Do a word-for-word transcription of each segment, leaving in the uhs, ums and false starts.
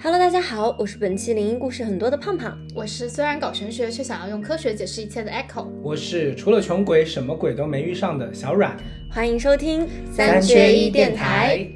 Hello， 大家好，我是本期灵异故事很多的胖胖。 我是虽然搞玄学却想要用科学解释一切的 Echo。 我是除了穷鬼什么鬼都没遇上的小阮。 欢迎收听三缺一电台。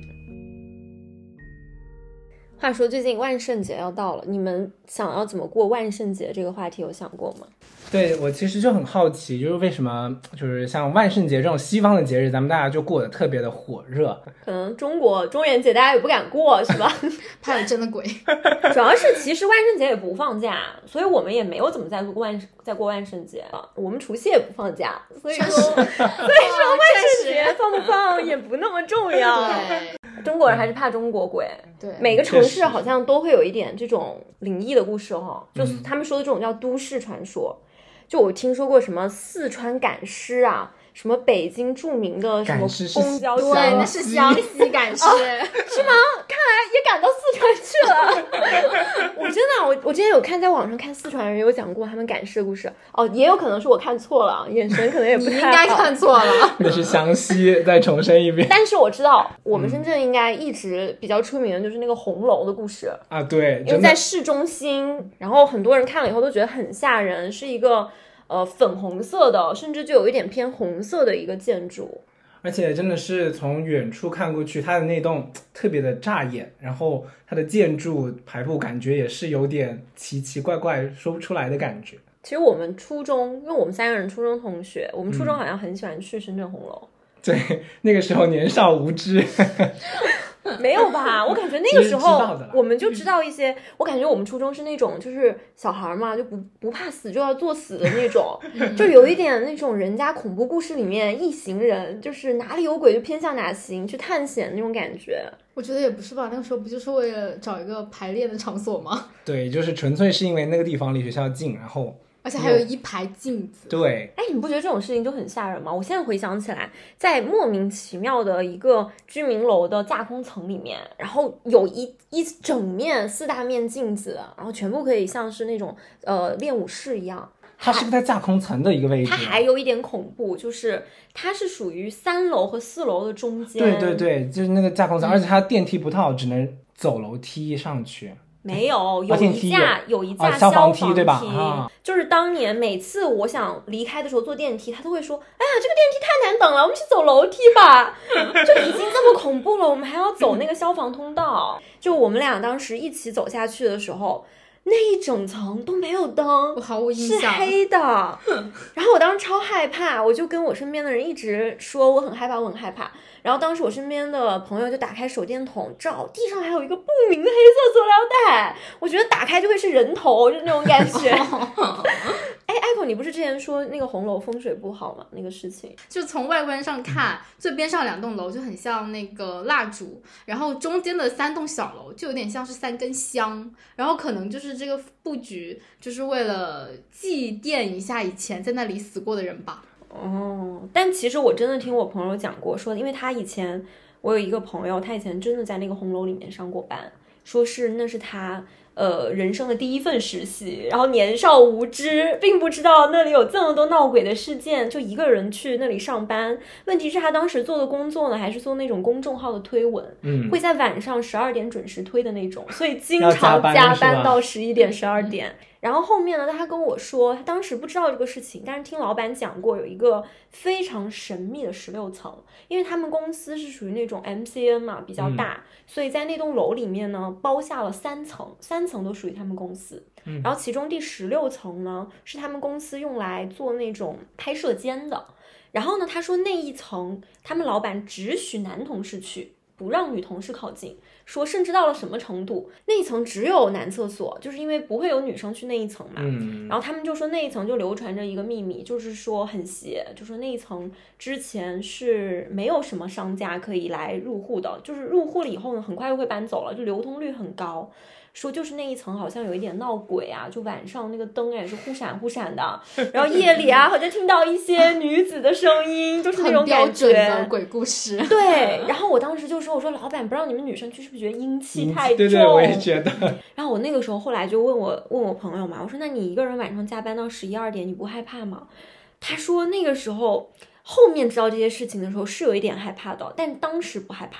话说最近万圣节要到了，你们想要怎么过万圣节这个话题有想过吗？ 对，我其实就很好奇，就是为什么就是像万圣节这种西方的节日，咱们大家就过得特别的火热。 可能中国中元节大家也不敢过，是吧？ 怕有真的鬼。 主要是其实万圣节也不放假，所以我们也没有怎么在过万在过万圣节了。我们除夕也不放假，所以说所以说万圣节放不放也不那么重要。 对， 中国人还是怕中国鬼。 对， 每个城市好像都会有一点这种灵异的故事哈，就是他们说的这种叫都市传说。就我听说过什么四川赶尸啊，什么北京著名的什么公交车， 对，那是湘西赶尸、 哦，是吗？看来也赶到四川去了。我真的，我我之前有看，在网上看四川人有讲过他们赶尸的故事。哦，也有可能是我看错了，眼神可能也不太好。 你应该看错了， 那是湘西，再重申一遍。 但是我知道，我们深圳应该一直比较出名的就是那个红楼的故事啊，对， 因为在市中心，然后很多人看了以后都觉得很吓人，是一个。呃，粉红色的，甚至就有一点偏红色的一个建筑， 而且真的是从远处看过去，它的那栋特别的扎眼，然后它的建筑排布感觉也是有点奇奇怪怪说不出来的感觉。 其实我们初中，因为我们三个人初中同学，我们初中好像很喜欢去深圳红楼、 嗯、对，那个时候年少无知。 没有吧，我感觉那个时候我们就知道一些，我感觉我们初中是那种就是小孩嘛，就不不怕死就要作死的那种，就有一点那种人家恐怖故事里面一行人就是哪里有鬼就偏向哪行去探险那种感觉。 我觉得也不是吧，那个时候不就是为了找一个排练的场所吗？ 对，就是纯粹是因为那个地方离学校近，然后而且还有一排镜子。 对， 哎，你不觉得这种事情就很吓人吗？我现在回想起来，在莫名其妙的一个居民楼的架空层里面，然后有一一整面四大面镜子，然后全部可以像是那种呃练武室一样。 它是在架空层的一个位置， 它还有一点恐怖，就是它是属于三楼和四楼的中间。 对对对，就是那个架空层、嗯、而且它电梯不到，只能走楼梯上去。 没有，有一架有一架消防梯， 对吧？ 啊、就是当年每次我想离开的时候坐电梯，他都会说：“哎呀，这个电梯太难等了，我们去走楼梯吧。”就已经这么恐怖了，我们还要走那个消防通道。就我们俩当时一起走下去的时候，那一整层都没有灯， 我毫无印象， 是黑的。然后我当时超害怕，我就跟我身边的人一直说我很害怕，我很害怕。然后当时我身边的朋友就打开手电筒照，地上还有一个不明的黑色塑料袋，我觉得打开就会是人头，就那种感觉。哎，Echo，你不是之前说那个红楼风水不好吗？那个事情， 就从外观上看，最边上两栋楼就很像那个蜡烛，然后中间的三栋小楼就有点像是三根香，然后可能就是这个布局就是为了祭奠一下以前在那里死过的人吧。 哦，但其实我真的听我朋友讲过，说因为他以前我有一个朋友，他以前真的在那个红楼里面上过班，说是那是他呃人生的第一份实习，然后年少无知，并不知道那里有这么多闹鬼的事件，就一个人去那里上班。问题是他当时做的工作呢，还是做那种公众号的推文， 嗯， 会在晚上十二点准时推的那种，所以经常加班到十一点、十二点。然后后面呢，他跟我说，他当时不知道这个事情，但是听老板讲过有一个非常神秘的十六层，因为他们公司是属于那种 M C N 嘛，比较大，嗯、所以在那栋楼里面呢，包下了三层，三层都属于他们公司。 嗯、 然后其中第十六层呢，是他们公司用来做那种拍摄间的。然后呢，他说那一层他们老板只许男同事去，不让女同事靠近。说甚至到了什么程度，那一层只有男厕所，就是因为不会有女生去那一层嘛。 嗯， 然后他们就说那一层就流传着一个秘密，就是说很邪，就说那一层之前是没有什么商家可以来入户的，就是入户了以后呢，很快又会搬走了，就流通率很高。说就是那一层好像有一点闹鬼啊，就晚上那个灯也是忽闪忽闪的，然后夜里啊好像听到一些女子的声音，就是那种感觉。 很标准的鬼故事。 对，然后我当时就说，我说老板不让你们女生去，是不是觉得阴气太重？ 对对，我也觉得。 然后我那个时候后来就问我问我朋友嘛，我说那你一个人晚上加班到十一二点，你不害怕吗？他说那个时候后面知道这些事情的时候是有一点害怕的，但当时不害怕。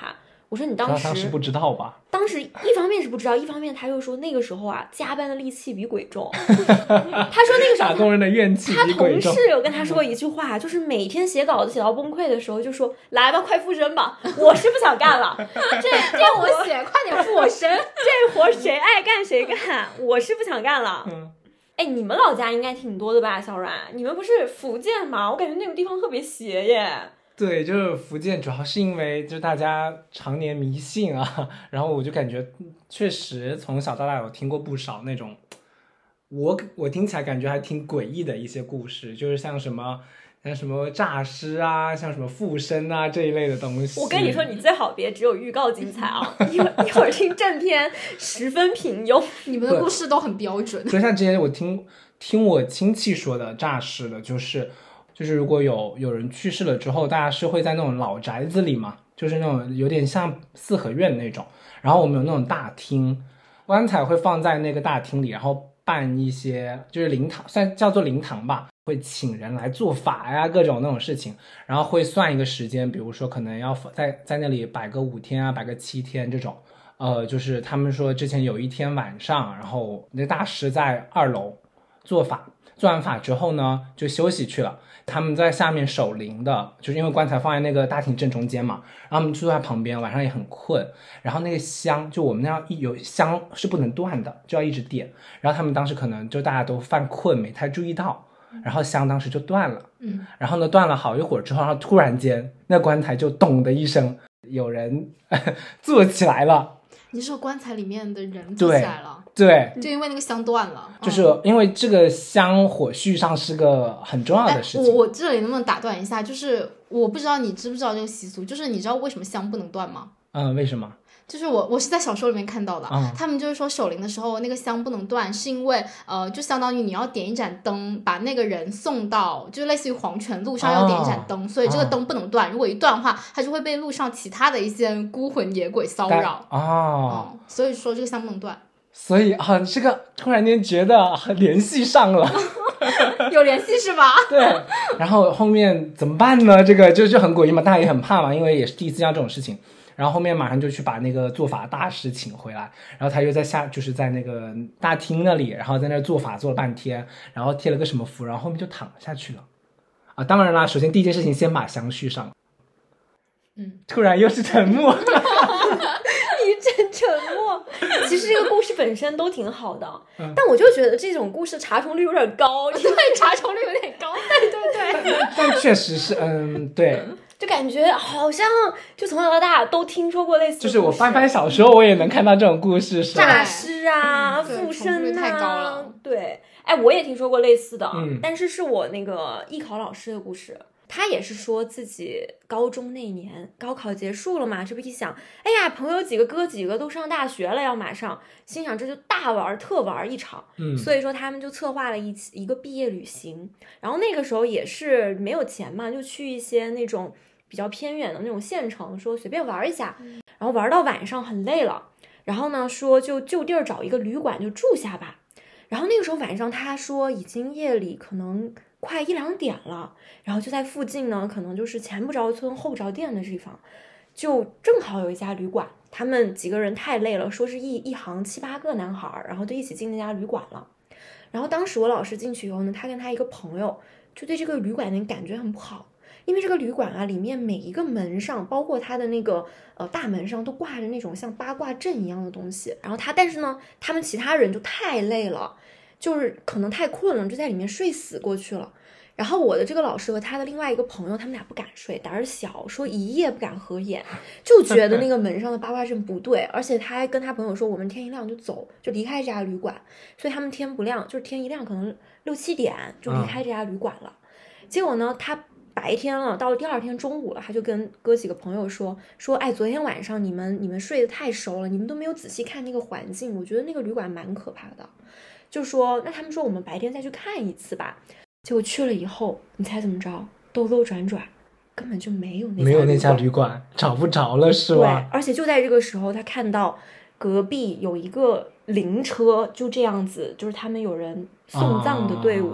我说你当时当时不知道吧？ 当时一方面是不知道，一方面他又说那个时候啊，加班的戾气比鬼重。他说那个时候打工人的怨气他比鬼重。 同事有跟他说一句话，就是每天写稿子写到崩溃的时候，就说来吧，快附身吧，我是不想干了，这这我写，快点附我身， 这活谁爱干谁干，我是不想干了。 嗯， 哎，你们老家应该挺多的吧，小阮？你们不是福建吗？我感觉那个地方特别邪耶。 对，就是福建，主要是因为就大家常年迷信啊，然后我就感觉确实从小到大有听过不少那种，我我听起来感觉还挺诡异的一些故事，就是像什么像什么诈尸啊，像什么附身啊这一类的东西。 我跟你说，你最好别只有预告精彩啊，一会儿一会儿听正片十分平庸。 你们的故事都很标准。 就像之前我听听我亲戚说的诈尸的，就是就是如果有有人去世了之后，大家是会在那种老宅子里嘛，就是那种有点像四合院那种，然后我们有那种大厅，棺材会放在那个大厅里，然后办一些就是灵堂，算叫做灵堂吧，会请人来做法呀，各种那种事情，然后会算一个时间，比如说可能要在在那里摆个五天啊，摆个七天这种。呃，就是他们说之前有一天晚上，然后那大师在二楼做法，做完法之后呢就休息去了，他们在下面守灵的，就是因为棺材放在那个大厅正中间嘛，然后我们就坐在旁边，晚上也很困，然后那个香就我们那样有香是不能断的，就要一直点，然后他们当时可能就大家都犯困没太注意到，然后香当时就断了， 嗯， 然后呢断了好一会儿之后，然后突然间那棺材就咚的一声，有人坐起来了。 你是说棺材里面的人坐起来了？ 对， 就因为那个香断了， 就是因为这个香火续上是个很重要的事情。 我我这里能不能打断一下？就是我不知道你知不知道这个习俗，就是你知道为什么香不能断吗？ 嗯，为什么？ 就是我我是在小说里面看到的， 嗯、 他们就是说守灵的时候那个香不能断，是因为呃就相当于你要点一盏灯，把那个人送到就类似于黄泉路上要点一盏灯，哦、所以这个灯不能断，哦、如果一断的话，它就会被路上其他的一些孤魂野鬼骚扰哦、 嗯，所以说这个香不能断。 所以啊，这个突然间觉得联系上了， 有联系是吧？ 对，然后后面怎么办呢？这个就就很诡异嘛，大家也很怕嘛，因为也是第一次见到这种事情。然后后面马上就去把那个做法大师请回来，然后他又在下就是在那个大厅那里，然后在那做法做了半天，然后贴了个什么符，然后后面就躺下去了。啊，当然啦，首先第一件事情先把香续上。 嗯， 突然又是沉默。 一阵沉默。其实这个故事本身都挺好的，嗯、但我就觉得这种故事查重率有点高，因为查重率有点高。对对对。 但, 但确实是，嗯，对。 就感觉好像就从小到大都听说过类似的故事， 就是我翻翻小说我也能看到这种故事，是诈尸啊、附身啊， 太高了。 对，哎，我也听说过类似的， 嗯， 但是是我那个艺考老师的故事。他也是说自己高中那年高考结束了嘛，这不一想，哎呀，朋友几个哥几个都上大学了，要马上，心想这就大玩特玩一场， 嗯， 所以说他们就策划了一一个毕业旅行，然后那个时候也是没有钱嘛，就去一些那种比较偏远的那种县城，说随便玩一下，然后玩到晚上很累了，然后呢说就就地儿找一个旅馆就住下吧，然后那个时候晚上他说已经夜里可能快一两点了，然后就在附近呢，可能就是前不着村后不着店的地方，就正好有一家旅馆，他们几个人太累了，说是一一行七八个男孩，然后就一起进那家旅馆了。然后当时我老师进去以后呢，他跟他一个朋友就对这个旅馆的感觉很不好，因为这个旅馆啊里面每一个门上，包括他的那个呃大门上都挂着那种像八卦阵一样的东西，然后他但是呢他们其他人就太累了，就是可能太困了，就在里面睡死过去了。然后我的这个老师和他的另外一个朋友，他们俩不敢睡，胆儿小，说一夜不敢合眼，就觉得那个门上的八卦阵不对，而且他还跟他朋友说，我们天一亮就走，就离开这家旅馆。所以他们天不亮，就是天一亮，可能六七点就离开这家旅馆了。嗯、结果呢，他白天了，到了第二天中午了，他就跟哥几个朋友说说，哎，昨天晚上你们你们睡得太熟了，你们都没有仔细看那个环境，我觉得那个旅馆蛮可怕的。就说那他们说我们白天再去看一次吧。结果去了以后，你猜怎么着？兜兜转转，根本就没有那家没有那家旅馆，找不着了是吧？ 对，而且就在这个时候，他看到隔壁有一个灵车，就这样子，就是他们有人送葬的队伍，啊、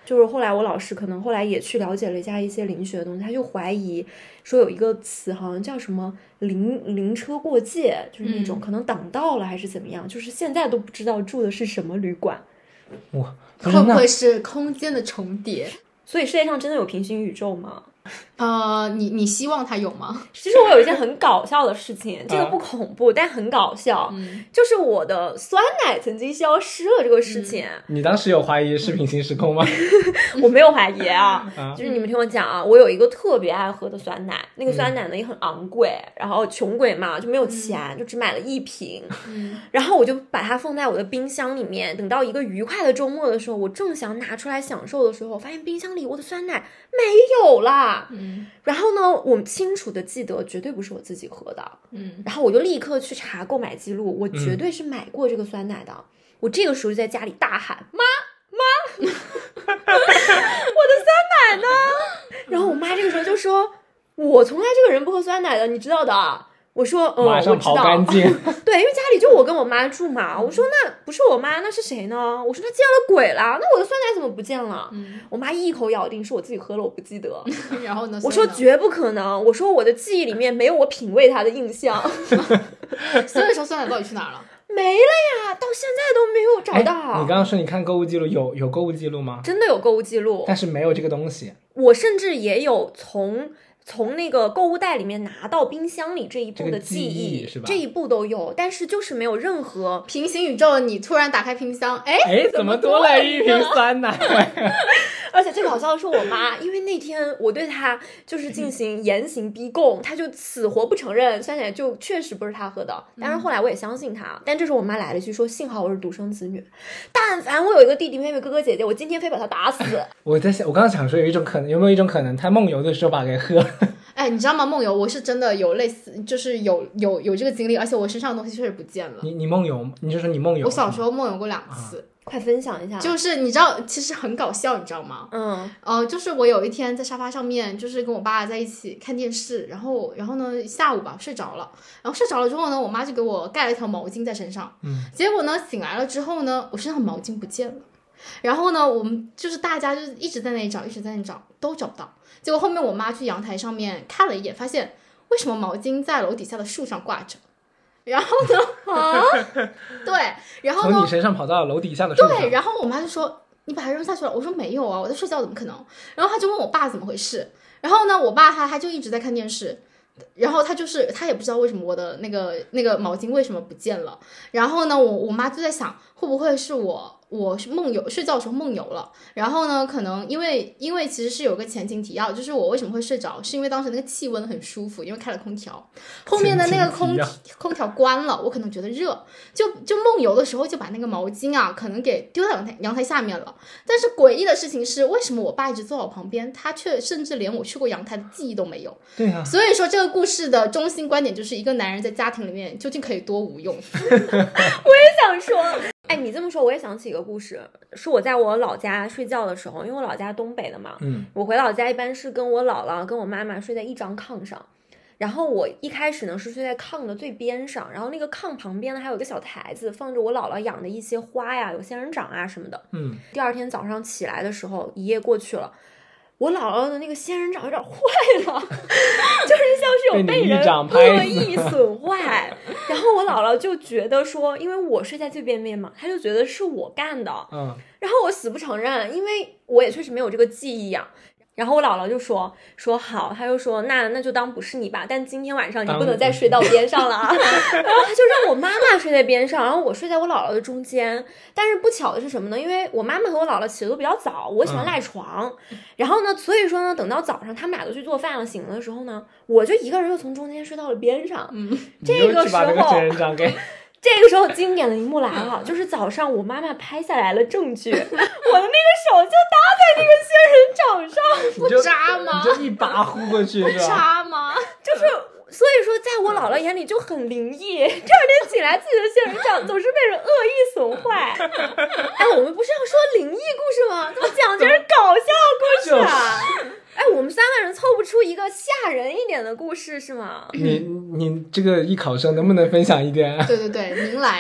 就是后来我老师可能后来也去了解了一下一些灵学的东西，他就怀疑说有一个词好像叫什么灵灵车过界，就是那种可能挡道了还是怎么样，嗯、就是现在都不知道住的是什么旅馆。 哇， 会不会是空间的重叠？ 所以世界上真的有平行宇宙吗？ 呃，你你希望它有吗？ 其实我有一件很搞笑的事情，这个不恐怖，啊、但很搞笑，嗯、就是我的酸奶曾经消失了这个事情。嗯、 你当时有怀疑是平行时空吗？ 我没有怀疑啊，啊就是你们听我讲啊，我有一个特别爱喝的酸奶，那个酸奶呢也很昂贵，嗯、然后穷鬼嘛就没有钱，嗯、就只买了一瓶，嗯、然后我就把它放在我的冰箱里面，等到一个愉快的周末的时候，我正想拿出来享受的时候，发现冰箱里我的酸奶没有啦。嗯，然后呢，我清楚的记得绝对不是我自己喝的，嗯，然后我就立刻去查购买记录，我绝对是买过这个酸奶的。嗯、我这个时候就在家里大喊：“妈妈，我的酸奶呢？”然后我妈这个时候就说：“我从来这个人不喝酸奶的，你知道的。”我说嗯， 马上刨干净。 对，因为家里就我跟我妈住嘛。我说那不是我妈，那是谁呢？我说她见了鬼了，那我的酸奶怎么不见了？嗯、我妈一口咬定是我自己喝了，我不记得。 然后呢？ 我说绝不可能，我说我的记忆里面没有我品味它的印象。 所以说酸奶到底去哪儿了？ 没了呀，到现在都没有找到。 你刚刚说你看购物记录，有有购物记录吗？ 真的有购物记录， 但是没有这个东西。 我甚至也有从。从那个购物袋里面拿到冰箱里这一步的记忆， 这个、记忆是吧？ 这一步都有，但是就是没有任何平行宇宙。你突然打开冰箱，哎哎，怎么多了一瓶酸奶？ 而且最搞笑的是我妈，因为那天我对她就是进行严刑逼供，她就死活不承认酸奶就确实不是她喝的。但是后来我也相信她，但这时候我妈来了一句说：“幸好我是独生子女，但凡我有一个弟弟妹妹哥哥姐姐，我今天非把他打死。” 我在想，我刚刚想说有一种可能，有没有一种可能，他梦游的时候把给喝？ 哎，你知道吗？梦游我是真的有类似，就是有有有这个经历，而且我身上的东西确实不见了。 你你梦游，你就说你梦游。 我小时候梦游过两次。啊， 快分享一下。就是你知道，其实很搞笑，你知道吗？嗯，呃，就是我有一天在沙发上面，就是跟我爸在一起看电视，然后，然后呢，下午吧睡着了，然后睡着了之后呢，我妈就给我盖了一条毛巾在身上，嗯，结果呢，醒来了之后呢，我身上毛巾不见了，然后呢，我们就是大家就是一直在那里找，一直在那里找，都找不到。结果后面我妈去阳台上面看了一眼，发现为什么毛巾在楼底下的树上挂着。然后呢？啊，对，然后呢？ 从你身上跑到楼底下的树上。 对，然后我妈就说：“你把它扔下去了。”我说：“没有啊，我在睡觉，怎么可能？”然后她就问我爸怎么回事。然后呢，我爸他他就一直在看电视，然后他就是他也不知道为什么我的那个那个毛巾为什么不见了。然后呢，我我妈就在想，会不会是我。我是梦游，睡觉的时候梦游了，然后呢，可能因为因为其实是有个前情提要，就是我为什么会睡着，是因为当时那个气温很舒服，因为开了空调，后面的那个空空调关了，我可能觉得热，就就梦游的时候就把那个毛巾啊，可能给丢到阳台阳台下面了。但是诡异的事情是，为什么我爸一直坐我旁边，他却甚至连我去过阳台的记忆都没有？ 对啊， 所以说这个故事的中心观点就是一个男人在家庭里面究竟可以多无用。我也想说。哎，你这么说我也想起一个故事，是我在我老家睡觉的时候，因为我老家东北的嘛，嗯，我回老家一般是跟我姥姥跟我妈妈睡在一张炕上，然后我一开始呢是睡在炕的最边上，然后那个炕旁边呢还有一个小台子，放着我姥姥养的一些花呀，有仙人掌啊什么的，嗯，第二天早上起来的时候，一夜过去了。我姥姥的那个仙人掌有点坏了，就是像是有被人恶意损坏。然后我姥姥就觉得说，因为我睡在最边边嘛，她就觉得是我干的。嗯。然后我死不承认，因为我也确实没有这个记忆呀、啊。然后我姥姥就说说好，她就说那那就当不是你吧，但今天晚上你不能再睡到边上了啊。然后她就让我妈妈睡在边上，然后我睡在我姥姥的中间。但是不巧的是什么呢？因为我妈妈和我姥姥起的都比较早，我喜欢赖床。嗯、然后呢，所以说呢，等到早上他们俩都去做饭了，醒了的时候呢，我就一个人又从中间睡到了边上。嗯，这个时候。这个时候经典的一幕来了，就是早上我妈妈拍下来了证据，我的那个手就搭在那个仙人掌上， 不扎吗？ 你就一把呼过去， 不扎吗？ 就是，所以说在我姥姥眼里就很灵异。第二天起来，自己的仙人掌总是被人恶意损坏。哎，我们不是要说灵异故事吗？怎么讲这是搞笑故事啊？哎，我们三个人凑不出一个吓人一点的故事是吗？ 你你这个艺考生能不能分享一点？ 对对对，您来。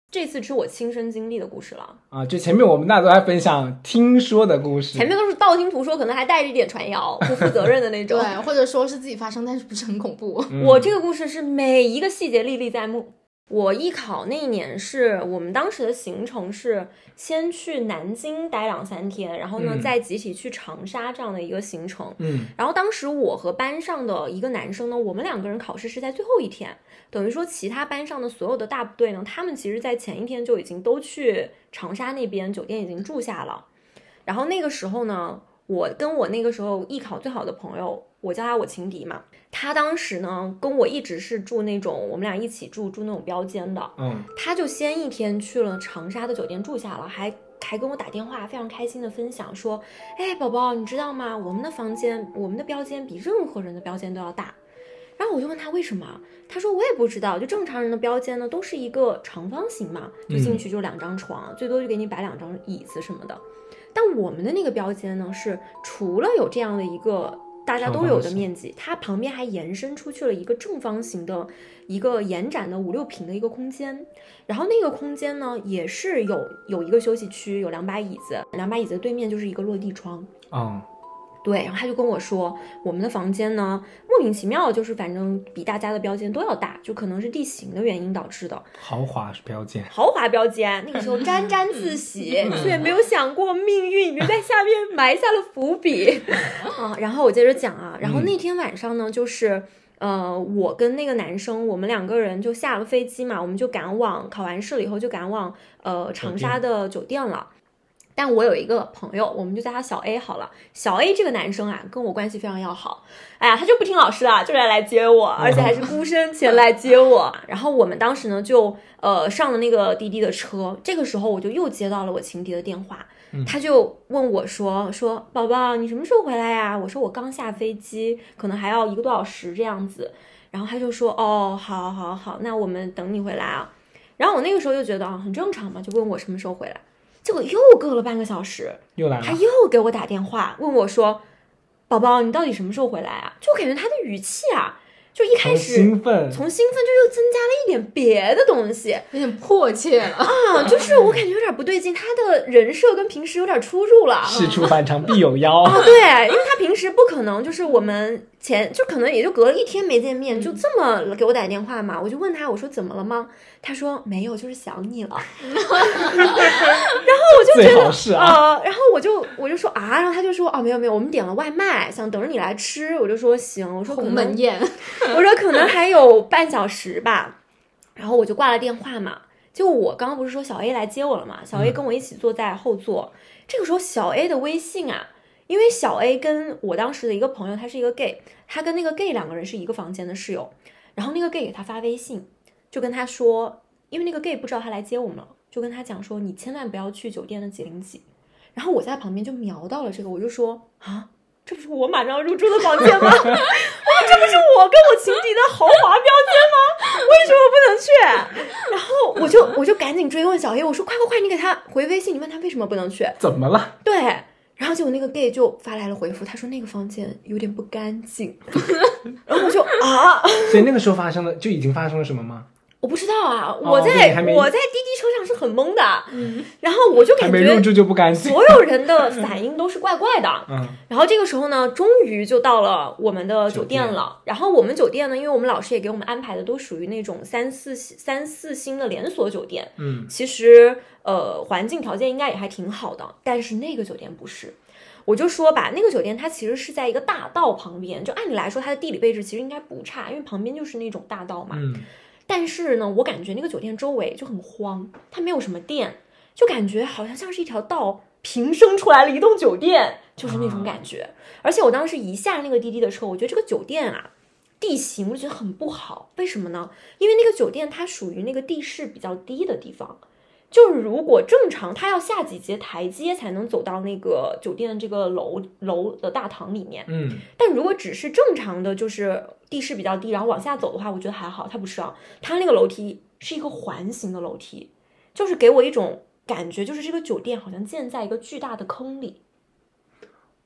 这次是我亲身经历的故事了啊！就前面我们大多在分享听说的故事， 前面都是道听途说，可能还带着一点传谣，不负责任的那种。 对，或者说是自己发生，但是不是很恐怖。 嗯、 我这个故事是每一个细节历历在目。我艺考那一年是我们当时的行程是先去南京待两三天，然后呢、嗯、再集体去长沙这样的一个行程。 嗯， 然后当时我和班上的一个男生呢，我们两个人考试是在最后一天，等于说其他班上的所有的大部队呢，他们其实在前一天就已经都去长沙那边酒店已经住下了。然后那个时候呢，我跟我那个时候艺考最好的朋友，我叫他我情敌嘛，他当时呢跟我一直是住那种我们俩一起住住那种标间的， 嗯， 他就先一天去了长沙的酒店住下了，还还跟我打电话，非常开心的分享说，哎，宝宝，你知道吗？我们的房间，我们的标间比任何人的标间都要大。然后我就问他为什么，他说我也不知道，就正常人的标间呢都是一个长方形嘛，就进去就两张床，嗯、最多就给你摆两张椅子什么的。但我们的那个标间呢，是除了有这样的一个大家都有的面积，它旁边还延伸出去了一个正方形的一个延展的五六平的一个空间。然后那个空间呢，也是有有一个休息区，有两把椅子，两把椅子对面就是一个落地窗。 嗯， 对，然后他就跟我说，我们的房间呢，莫名其妙就是反正比大家的标间都要大，就可能是地形的原因导致的。 豪华标间， 豪华标间，那个时候沾沾自喜，却没有想过命运已经在下面埋下了伏笔啊。然后我接着讲啊，然后那天晚上呢，就是呃，我跟那个男生，我们两个人就下了飞机嘛，我们就赶往考完试了以后就赶往呃长沙的酒店了。但我有一个朋友，我们就叫他小 A 好了。小 A 这个男生啊，跟我关系非常要好。哎呀，他就不听老师了，就是来接我，而且还是孤身前来接我。然后我们当时呢，就呃上了那个滴滴的车。这个时候我就又接到了我情敌的电话，他就问我说说宝宝，你什么时候回来呀？我说我刚下飞机，可能还要一个多小时这样子。然后他就说哦，好好好，那我们等你回来啊。然后我那个时候就觉得啊，很正常嘛，就问我什么时候回来。结果又隔了半个小时， 又来了， 他又给我打电话问我说：“宝宝，你到底什么时候回来啊？”就感觉他的语气啊，就一开始兴奋， 从兴奋就又增加了一点别的东西， 有点迫切了啊！就是我感觉有点不对劲，他的人设跟平时有点出入了。 事出反常必有妖啊！对，因为他平时不可能就是我们前就可能也就隔了一天没见面，就这么给我打电话嘛。我就问他，我说怎么了吗？他说没有，就是想你了。然后我就觉得是啊、 呃，然后我就我就说啊，然后他就说哦没有没有，我们点了外卖，想等着你来吃。我就说行，我说可能鸿门宴， 我说可能还有半小时吧。然后我就挂了电话嘛。就我刚刚不是说小 A 来接我了嘛？小 A 跟我一起坐在后座。嗯、这个时候小 A 的微信啊。因为小 A 跟我当时的一个朋友，他是一个 gay， 他跟那个 gay 两个人是一个房间的室友，然后那个 gay 给他发微信，就跟他说，因为那个 gay 不知道他来接我们了，就跟他讲说，你千万不要去酒店的几零几。然后我在旁边就瞄到了这个，我就说啊，这不是我马上要入住的房间吗？我说这不是我跟我情敌的豪华标间吗？为什么不能去？然后我就我就赶紧追问小 A， 我说快快快，你给他回微信，你问他为什么不能去？ 怎么了？ 对。然后结果那个 gay 就发来了回复，他说那个房间有点不干净，然后我就啊， 所以那个时候发生了，就已经发生了什么吗？ 我不知道啊， 哦、 我在我在滴滴车上是很懵的，嗯，然后我就感觉还没入住就不干净， 所有人的反应都是怪怪的， 嗯， 然后这个时候呢，终于就到了我们的酒店了。然后我们酒店呢，因为我们老师也给我们安排的都属于那种三四三四星的连锁酒店， 嗯， 其实呃环境条件应该也还挺好的，但是那个酒店不是。我就说吧，那个酒店它其实是在一个大道旁边，就按理来说它的地理位置其实应该不差，因为旁边就是那种大道嘛。 嗯。 但是呢，我感觉那个酒店周围就很荒，它没有什么店，就感觉好像像是一条道平生出来了一栋酒店，就是那种感觉。啊、而且我当时一下那个滴滴的车，我觉得这个酒店啊，地形我就觉得很不好。为什么呢？因为那个酒店它属于那个地势比较低的地方。就是如果正常他要下几节台阶才能走到那个酒店的这个楼楼的大堂里面， 嗯， 但如果只是正常的就是地势比较低然后往下走的话，我觉得还好。他不是啊，他那个楼梯是一个环形的楼梯，就是给我一种感觉，就是这个酒店好像建在一个巨大的坑里。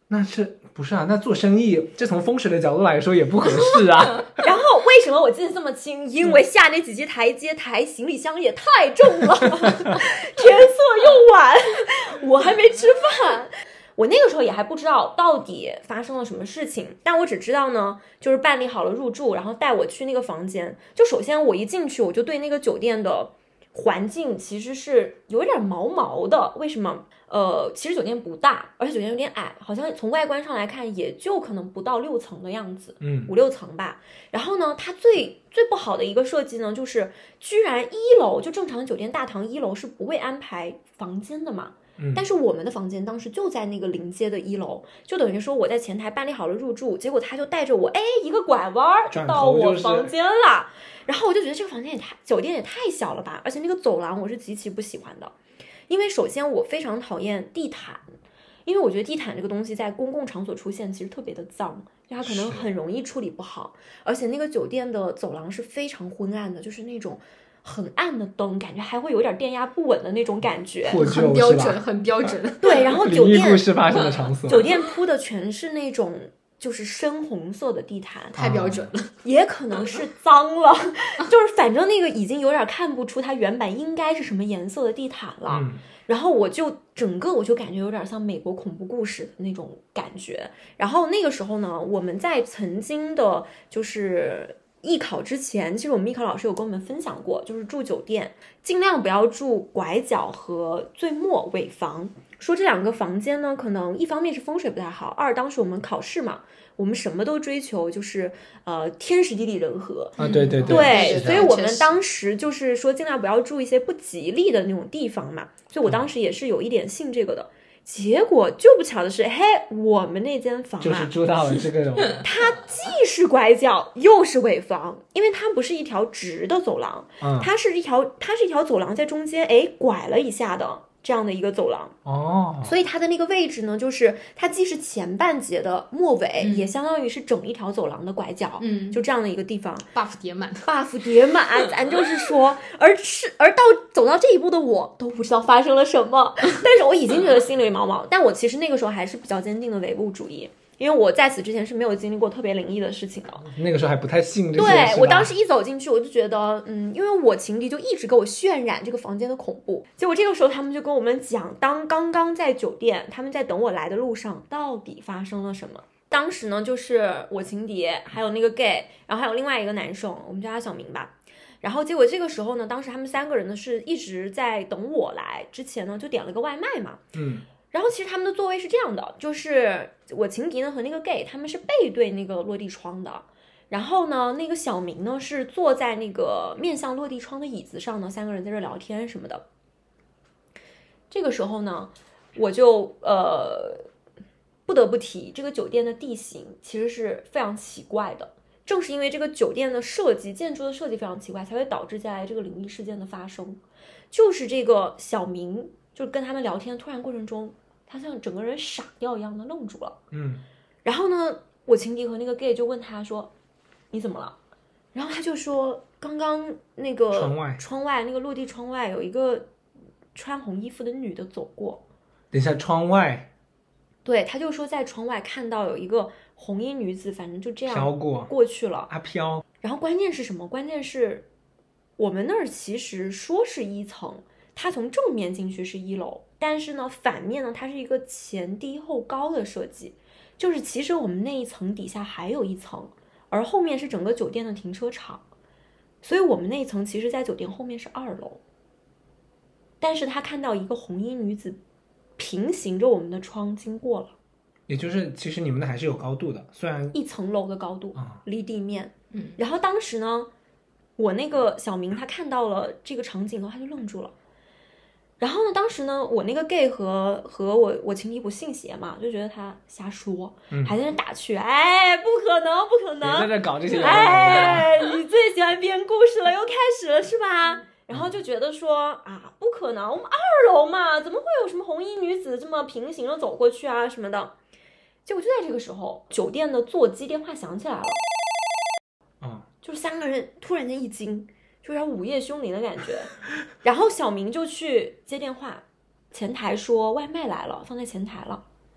那是不是啊？那做生意，这从风水的角度来说也不合适啊。 然后为什么我记得这么清？因为下那几级台阶抬行李箱也太重了，天色又晚，我还没吃饭。我那个时候也还不知道到底发生了什么事情，但我只知道呢，就是办理好了入住，然后带我去那个房间。就首先我一进去，我就对那个酒店的环境其实是有点毛毛的。为什么？呃，其实酒店不大，而且酒店有点矮，好像从外观上来看，也就可能不到六层的样子， 嗯， 五六层吧。然后呢，它最最不好的一个设计呢，就是居然一楼就正常酒店大堂一楼是不会安排房间的嘛。但是我们的房间当时就在那个临街的一楼，就等于说我在前台办理好了入住，结果他就带着我，哎，一个拐弯就到我房间了。然后我就觉得这个房间也太，酒店也太小了吧，而且那个走廊我是极其不喜欢的，因为首先我非常讨厌地毯，因为我觉得地毯这个东西在公共场所出现其实特别的脏，就它可能很容易处理不好，而且那个酒店的走廊是非常昏暗的，就是那种很暗的灯，感觉还会有点电压不稳的那种感觉， 很标准，很标准。 对，然后酒店故事发生的场所， 酒店铺的全是那种就是深红色的地毯， 太标准了。 也可能是脏了，就是反正那个已经有点看不出它原版应该是什么颜色的地毯了。 嗯， 然后我就整个我就感觉有点像美国恐怖故事的那种感觉。然后那个时候呢，我们在曾经的就是艺考之前，其实我们艺考老师有跟我们分享过，就是住酒店尽量不要住拐角和最末尾房，说这两个房间呢，可能一方面是风水不太好，二当时我们考试嘛，我们什么都追求就是呃天时地利人和啊，对对对， 对， 所以我们当时就是说尽量不要住一些不吉利的那种地方嘛，所以我当时也是有一点信这个的。结果就不巧的是，嘿，我们那间房啊， 就是住到了这个种， 它既是拐角又是尾房，因为它不是一条直的走廊， 嗯， 它是一条它是一条走廊在中间，哎，拐了一下的这样的一个走廊哦， 所以它的那个位置呢，就是它既是前半节的末尾， 嗯、 也相当于是整一条走廊的拐角， 嗯， 就这样的一个地方 ，buff 叠满 ，buff 叠满，咱就是说，而是而到走到这一步的我都不知道发生了什么，但是我已经觉得心里毛毛，但我其实那个时候还是比较坚定的唯物主义。因为我在此之前是没有经历过特别灵异的事情的， 那个时候还不太信这些。 对，我当时一走进去，我就觉得，嗯，因为我情敌就一直给我渲染这个房间的恐怖。结果这个时候他们就跟我们讲，当刚刚在酒店，他们在等我来的路上，到底发生了什么。当时呢，就是我情敌，还有那个 gay， 然后还有另外一个男生，我们叫他小明吧。然后结果这个时候呢，当时他们三个人呢是一直在等我来，之前呢就点了个外卖嘛， 嗯。 然后其实他们的座位是这样的，就是我情敌呢和那个 gay 他们是背对那个落地窗的，然后呢那个小明呢是坐在那个面向落地窗的椅子上呢，三个人在这聊天什么的。这个时候呢我就呃不得不提这个酒店的地形其实是非常奇怪的，正是因为这个酒店的设计建筑的设计非常奇怪，才会导致接下来这个灵异事件的发生。就是这个小明就是跟他们聊天突然过程中他像整个人傻掉一样的愣住了， 嗯， 然后呢我情敌和那个 gay 就问他说你怎么了，然后他就说刚刚那个窗外窗外那个落地窗外有一个穿红衣服的女的走过。 等一下，窗外， 对，他就说在窗外看到有一个红衣女子，反正就这样飘过过去了啊，飘。 然后关键是什么？关键是我们那儿其实说是一层，它从正面进去是一楼，但是呢反面呢它是一个前低后高的设计，就是其实我们那一层底下还有一层，而后面是整个酒店的停车场，所以我们那一层其实在酒店后面是二楼。但是他看到一个红衣女子平行着我们的窗经过了， 也就是其实你们的还是有高度的，虽然一层楼的高度、 啊、 离地面。 嗯， 然后当时呢我那个小明他看到了这个场景后他就愣住了，然后呢当时呢我那个 gay 和和我我情敌不信邪嘛，就觉得他瞎说、嗯、还在那打趣，哎不可能不可能， 别在这搞这些， 哎你最喜欢编故事了，又开始了是吧？然后就觉得说啊不可能，我们二楼嘛怎么会有什么红衣女子这么平行的走过去啊什么的。结果就在这个时候酒店的座机电话响起来了， 嗯， 就是三个人突然间一惊，就有点午夜凶铃的感觉然后小明就去接电话，前台说外卖来了，放在前台了。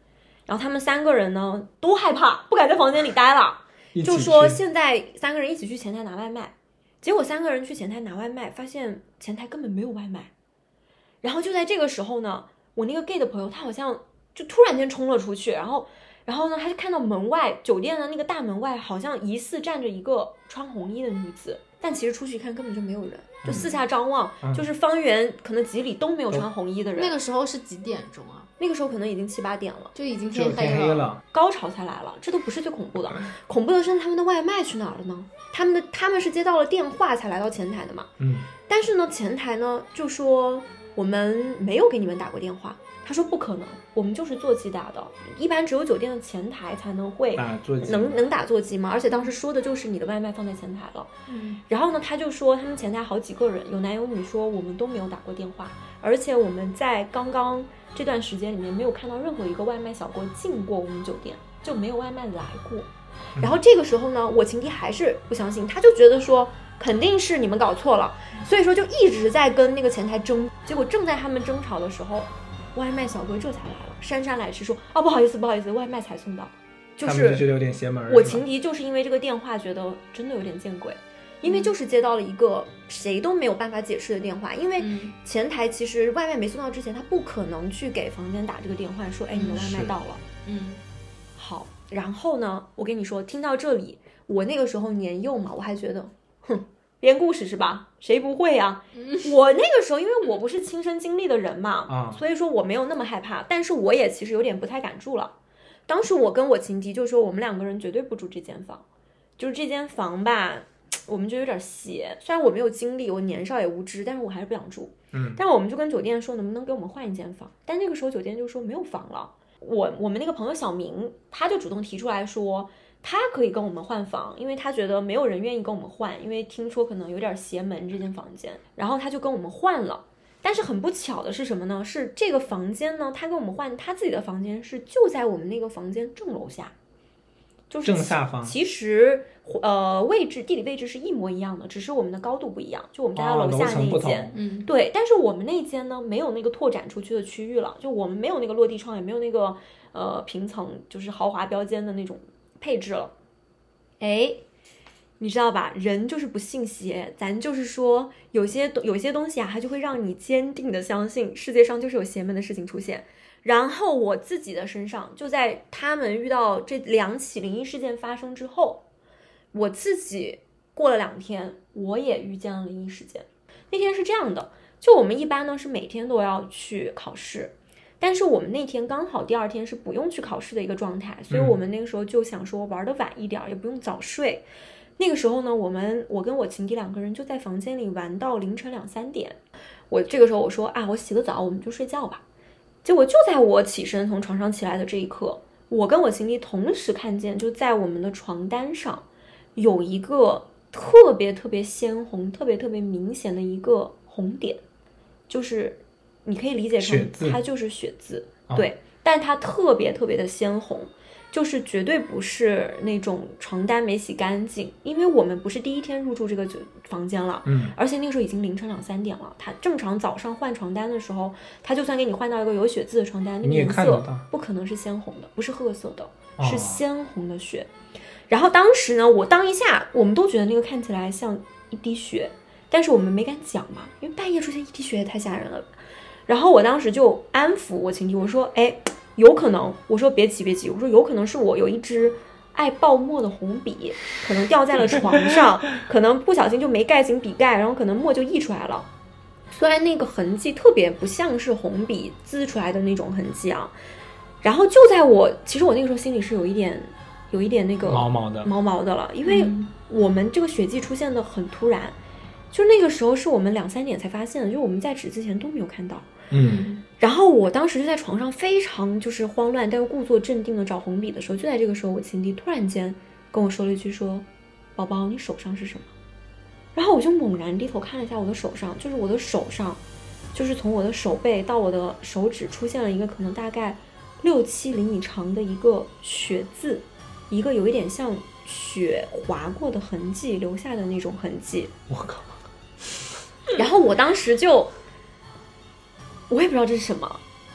然后他们三个人呢都害怕，不敢在房间里待了，就说现在三个人一起去前台拿外卖。结果三个人去前台拿外卖，发现前台根本没有外卖。然后就在这个时候呢，我那个 gay 的朋友他好像就突然间冲了出去，然后然后呢他就看到门外酒店的那个大门外好像疑似站着一个穿红衣的女子，但其实出去一看根本就没有人，就四下张望、嗯、就是方圆可能几里都没有穿红衣的人、 嗯、那个时候是几点钟啊？ 那个时候可能已经七八点了， 就已经天黑 了, 天黑了。 高潮才来了，这都不是最恐怖的，恐怖的是他们的外卖去哪儿了呢？他们的他们是接到了电话才来到前台的嘛。 嗯， 但是呢前台呢就说我们没有给你们打过电话，他说不可能，我们就是座机打的，一般只有酒店的前台才能会打座机， 能能打座机嘛，而且当时说的就是你的外卖放在前台了。 嗯， 然后呢他就说他们前台好几个人有男有女，说我们都没有打过电话，而且我们在刚刚这段时间里面没有看到任何一个外卖小哥进过我们酒店，就没有外卖来过。然后这个时候呢我情敌还是不相信，他就觉得说肯定是你们搞错了，所以说就一直在跟那个前台争。结果正在他们争吵的时候，外卖小哥这才来了，姗姗来迟说啊不好意思不好意思，外卖才送到。就是他们就觉得有点邪门。 我情敌就是因为这个电话觉得真的有点见鬼，因为就是接到了一个谁都没有办法解释的电话，因为前台其实外卖没送到之前他不可能去给房间打这个电话说哎你的外卖到了。 嗯， 好，然后呢我跟你说听到这里，我那个时候年幼嘛，我还觉得哼编故事是吧，谁不会啊、嗯、我那个时候因为我不是亲身经历的人嘛、 啊、 所以说我没有那么害怕，但是我也其实有点不太敢住了。当时我跟我情敌就说我们两个人绝对不住这间房，就是这间房吧我们就有点邪，虽然我没有经历，我年少也无知，但是我还是不想住。 嗯， 但是我们就跟酒店说能不能给我们换一间房，但那个时候酒店就说没有房了。我我们那个朋友小明他就主动提出来说他可以跟我们换房，因为他觉得没有人愿意跟我们换，因为听说可能有点邪门这间房间，然后他就跟我们换了。但是很不巧的是什么呢，是这个房间呢他跟我们换他自己的房间是就在我们那个房间正楼下，就是正下方， 其实呃位置地理位置是一模一样的，只是我们的高度不一样，就我们家的楼下那一间、哦、 嗯， 对，但是我们那一间呢没有那个拓展出去的区域了，就我们没有那个落地窗，也没有那个呃平层就是豪华标间的那种配置了。哎，你知道吧，人就是不信邪，咱就是说有些有些东西啊它就会让你坚定的相信世界上就是有邪门的事情出现。然后我自己的身上就在他们遇到这两起灵异事件发生之后，我自己过了两天我也遇见了灵异事件。那天是这样的，就我们一般呢是每天都要去考试，但是我们那天刚好第二天是不用去考试的一个状态，所以我们那个时候就想说玩的晚一点也不用早睡。那个时候呢我们我跟我情敌两个人就在房间里玩到凌晨两三点。我这个时候我说啊我洗个澡我们就睡觉吧。结果就在我起身从床上起来的这一刻，我跟我情敌同时看见就在我们的床单上有一个特别特别鲜红特别特别明显的一个红点，就是你可以理解成它就是血渍、哦、对，但它特别特别的鲜红，就是绝对不是那种床单没洗干净，因为我们不是第一天入住这个房间了， 嗯， 而且那个时候已经凌晨两三点了，他正常早上换床单的时候，他就算给你换到一个有血渍的床单，那个颜色不可能是鲜红的，不是褐色的、哦、是鲜红的血。然后当时呢我当一下我们都觉得那个看起来像一滴血，但是我们没敢讲嘛，因为半夜出现一滴血也太吓人了。然后我当时就安抚我情敌，我说哎有可能，我说别急别急，我说有可能是我有一支爱爆墨的红笔可能掉在了床上可能不小心就没盖紧笔盖，然后可能墨就溢出来了，虽然那个痕迹特别不像是红笔滋出来的那种痕迹啊。然后就在我其实我那个时候心里是有一点有一点那个毛毛的毛毛的了，因为我们这个血迹出现的很突然，就那个时候是我们两三点才发现的，就我们在纸之前都没有看到。 嗯， 然后我当时就在床上非常就是慌乱但又故作镇定的找红笔的时候，就在这个时候我情敌突然间跟我说了一句说宝宝你手上是什么。然后我就猛然低头看了一下我的手上，就是我的手上就是从我的手背到我的手指出现了一个可能大概六七厘米长的一个血渍，一个有一点像血划过的痕迹留下的那种痕迹。 我靠！ 然后我当时就我也不知道这是什么，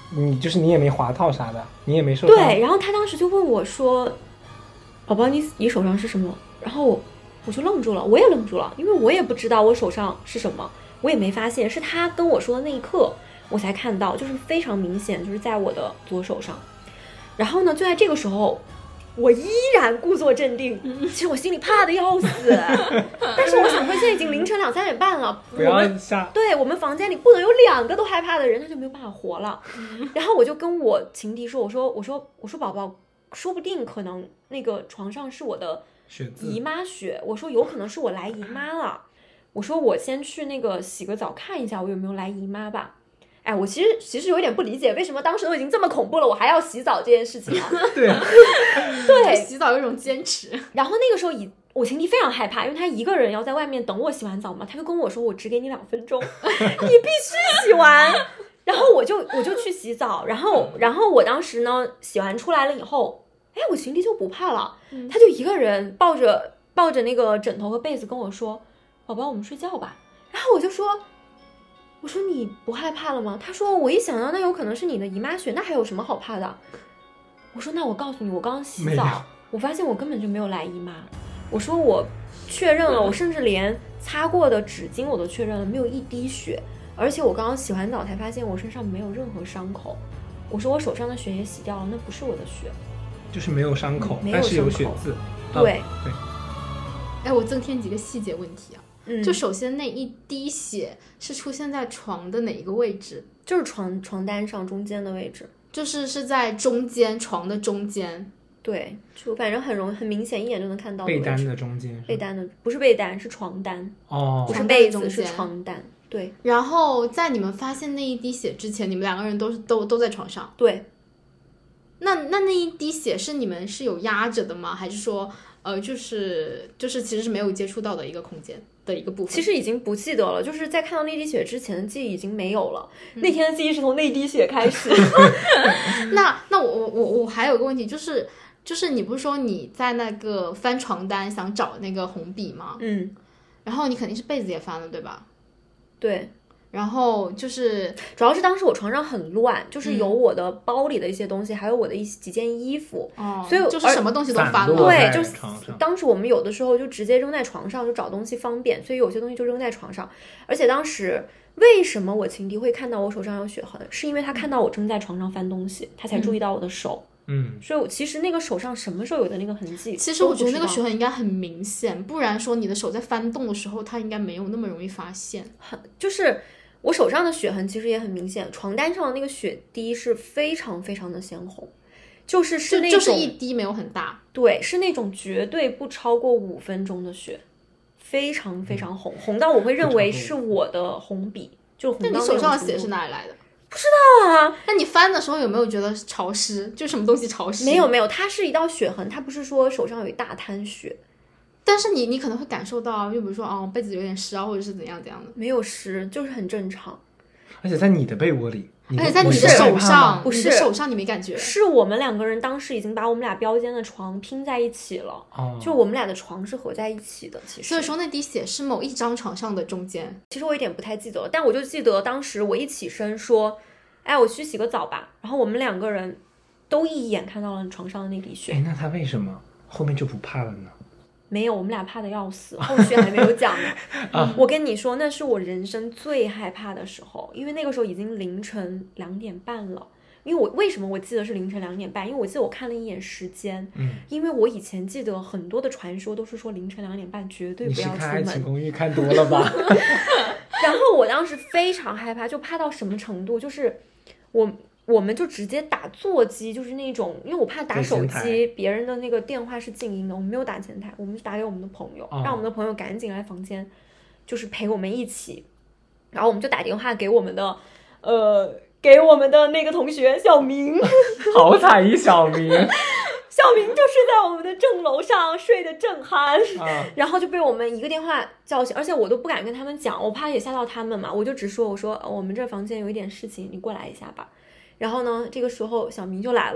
你就是你也没滑套啥的，你也没受伤。 对，然后他当时就问我说：“宝宝，你你手上是什么？”然后我就愣住了，我也愣住了，因为我也不知道我手上是什么，我也没发现，是他跟我说的那一刻，我才看到，就是非常明显，就是在我的左手上。然后呢，就在这个时候，我依然故作镇定，其实我心里怕的要死，但是我想说，现在已经凌晨两三点半了， 不要下。 对，我们房间里不能有两个都害怕的人，他就没有办法活了。然后我就跟我情敌说，我说我说我说宝宝，说不定可能那个床上是我的姨妈血，我说有可能是我来姨妈了，我说我先去那个洗个澡看一下我有没有来姨妈吧。哎，我其实其实有点不理解，为什么当时都已经这么恐怖了，我还要洗澡这件事情啊？ 对对， 洗澡有一种坚持。 然后那个时候以我情敌非常害怕，因为他一个人要在外面等我洗完澡嘛，他就跟我说我只给你两分钟，你必须洗完。然后我就我就去洗澡，然后然后我当时呢洗完出来了以后，哎，我情敌就不怕了，他就一个人抱着抱着那个枕头和被子跟我说：“宝宝，我们睡觉吧。”然后我就说。我说你不害怕了吗？他说我一想到那有可能是你的姨妈血，那还有什么好怕的？我说那我告诉你，我刚刚洗澡，我发现我根本就没有来姨妈。我说我确认了，我甚至连擦过的纸巾我都确认了，没有一滴血，而且我刚刚洗完澡才发现我身上没有任何伤口。我说我手上的血也洗掉了，那不是我的血， 就是没有伤口， 嗯、 但是有血渍。 对、 哦、对。 哎，我增添几个细节问题啊。 嗯、 就首先那一滴血是出现在床的哪一个位置？ 就是床床单上中间的位置， 就是是在中间，床的中间。 对，就反正很容易很明显，一眼就能看到的被单的中间， 被单的不是被单是床单哦， 不是被子是床单。对， 然后在你们发现那一滴血之前，你们两个人都是都都在床上。 对， 那那那一滴血是你们是有压着的吗？还是说呃就是就是其实是没有接触到的一个空间的一个部分？ 其实已经不记得了，就是在看到那滴血之前的记忆已经没有了。嗯、那天的记忆是从那滴血开始。 那那我我我还有个问题，就是就是你不是说你在那个翻床单想找那个红笔吗？ 嗯， 然后你肯定是被子也翻了，对吧？ 对。 然后就是主要是当时我床上很乱，就是有我的包里的一些东西，嗯、还有我的一几件衣服， 哦， 所以就是什么东西都翻了。 对，就是当时我们有的时候就直接扔在床上，就找东西方便，所以有些东西就扔在床上。而且当时为什么我情敌会看到我手上有血痕，是因为他看到我正在床上翻东西，他才注意到我的手。 嗯， 所以我其实那个手上什么时候有的那个痕迹， 其实我觉得那个血痕应该很明显，不然说你的手在翻动的时候，它应该没有那么容易发现。 很就是我手上的血痕其实也很明显，床单上的那个血滴是非常非常的鲜红，就是是那种就, 就是一滴没有很大， 对，是那种绝对不超过五分钟的血，非常非常红，嗯、红到我会认为是我的红笔，就红到那你手上的血是哪里来的？ 不知道啊。 那你翻的时候有没有觉得潮湿？就什么东西潮湿？ 没有没有，它是一道血痕，它不是说手上有一大滩血。 但是你你可能会感受到，就比如说哦被子有点湿啊，或者是怎样怎样的。 没有湿，就是很正常。 而且在你的被窝里， 而且在你的手上， 不是你的手上你没感觉？ 是我们两个人当时已经把我们俩标间的床拼在一起了， 哦、 就我们俩的床是合在一起的。其实， 所以说那滴血是某一张床上的中间。 其实我有点不太记得了，但我就记得当时我一起身说：“哎，我去洗个澡吧。”然后我们两个人都一眼看到了床上的那滴血。 哎，那他为什么后面就不怕了呢？ 没有，我们俩怕的要死，后续还没有讲呢。啊、我跟你说，那是我人生最害怕的时候，因为那个时候已经凌晨两点半了。因为我为什么我记得是凌晨两点半？因为我记得我看了一眼时间， 嗯， 因为我以前记得很多的传说都是说凌晨两点半绝对不要出门。 你是看《爱情公寓》看多了吧？ 然后我当时非常害怕，就怕到什么程度，就是我。我们就直接打座机，就是那种，因为我怕打手机，别人的那个电话是静音的，我们没有打前台，我们是打给我们的朋友， 哦、 让我们的朋友赶紧来房间，就是陪我们一起。然后我们就打电话给我们的，呃，给我们的那个同学小明， 好彩一小明， 小明就睡在我们的正楼上，睡得正酣， 啊、 然后就被我们一个电话叫醒，而且我都不敢跟他们讲，我怕也吓到他们嘛，我就只说，我说、呃、我们这房间有一点事情，你过来一下吧。然后呢，这个时候小明就来了，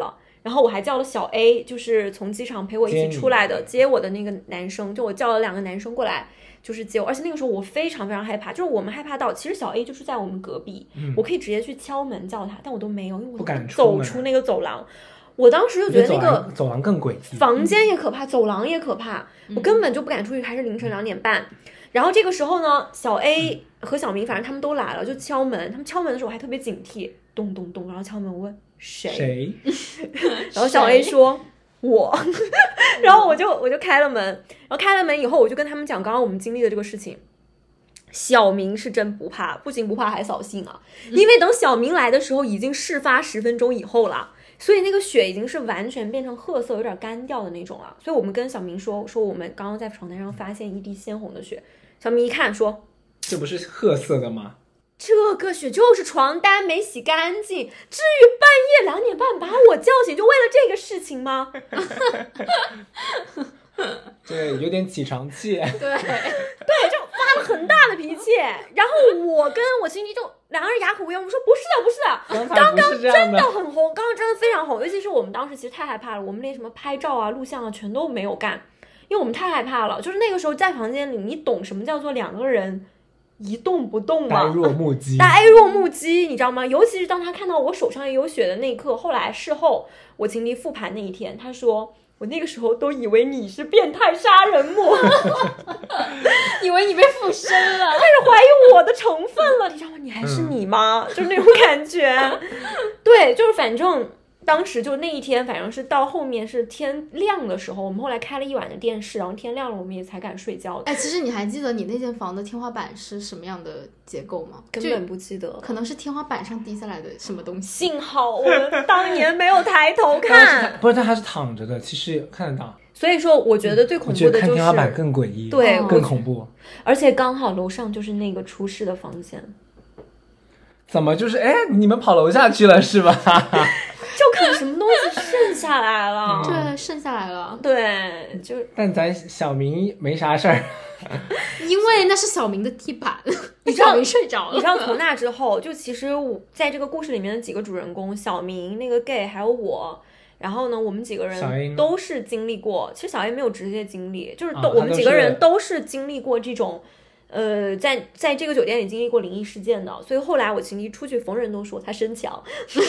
然后我还叫了小 A， 就是从机场陪我一起出来的接我的那个男生，就我叫了两个男生过来就是接我，而且那个时候我非常非常害怕，就是我们害怕到其实小 A 就是在我们隔壁、嗯、我可以直接去敲门叫他，但我都没有，因为我不敢走出那个走廊，我当时就觉得那个走廊更诡异， 房间也可怕，走廊也可怕，我根本就不敢出去，还是凌晨两点半。然后这个时候呢，小 A 和小明反正他们都来了，就敲门。他们敲门的时候我还特别警惕，咚咚咚，然后敲门，我问谁？ 谁？ 然后小 A 说我，然后我就我就开了门，然后开了门以后，我就跟他们讲刚刚我们经历的这个事情。小明是真不怕，不仅不怕还扫兴啊！因为等小明来的时候，已经事发十分钟以后了。所以那个血已经是完全变成褐色，有点干掉的那种了。所以我们跟小明说，说我们刚刚在床单上发现一滴鲜红的血。小明一看说， 这不是褐色的吗？ 这个血就是床单没洗干净，至于半夜两点半把我叫醒，就为了这个事情吗？ 对，有点起床气。对对，就发了很大的脾气。然后我跟我亲戚就两个人哑口无言，我们说不是的，不是的，刚刚真的很红，刚刚真的非常红。尤其是我们当时其实太害怕了，我们连什么拍照啊、录像啊全都没有干，因为我们太害怕了。就是那个时候在房间里，你懂什么叫做两个人一动不动吗？ 呆若木鸡， 呆若木鸡，你知道吗？尤其是当他看到我手上也有血的那一刻，后来事后我经历复盘那一天，他说我那个时候都以为你是变态杀人魔， 以为你被附身了， 开始怀疑我的成分了，你知道吗？你还是你吗？嗯、就是那种感觉。对，就是反正当时就那一天，反正是到后面是天亮的时候，我们后来开了一晚的电视，然后天亮了我们也才敢睡觉。 哎，其实你还记得你那间房的天花板是什么样的结构吗？ 根本不记得， 可能是天花板上滴下来的什么东西。 幸好我们当年没有抬头看。 不是，它还是躺着的，其实看得到。 所以说我觉得最恐怖的就是、嗯、 看天花板更诡异， 对， 更恐怖。 而且刚好楼上就是那个出事的房间。 怎么就是哎，你们跑楼下去了是吧？ 就可能什么东西渗下来了。 对，渗下来了。 对，就但咱小明没啥事儿， 因为那是小明的地板，小明睡着了。 你知道从那之后，就其实我在这个故事里面的几个主人公，小明、那个 gay 还有我。然后呢，我们几个人都是经历过，其实小 A 没有直接经历，就是都、啊、我们几个人都是经历过这种，呃，在在这个酒店里经历过灵异事件的，所以后来我情敌出去，逢人都说他生强。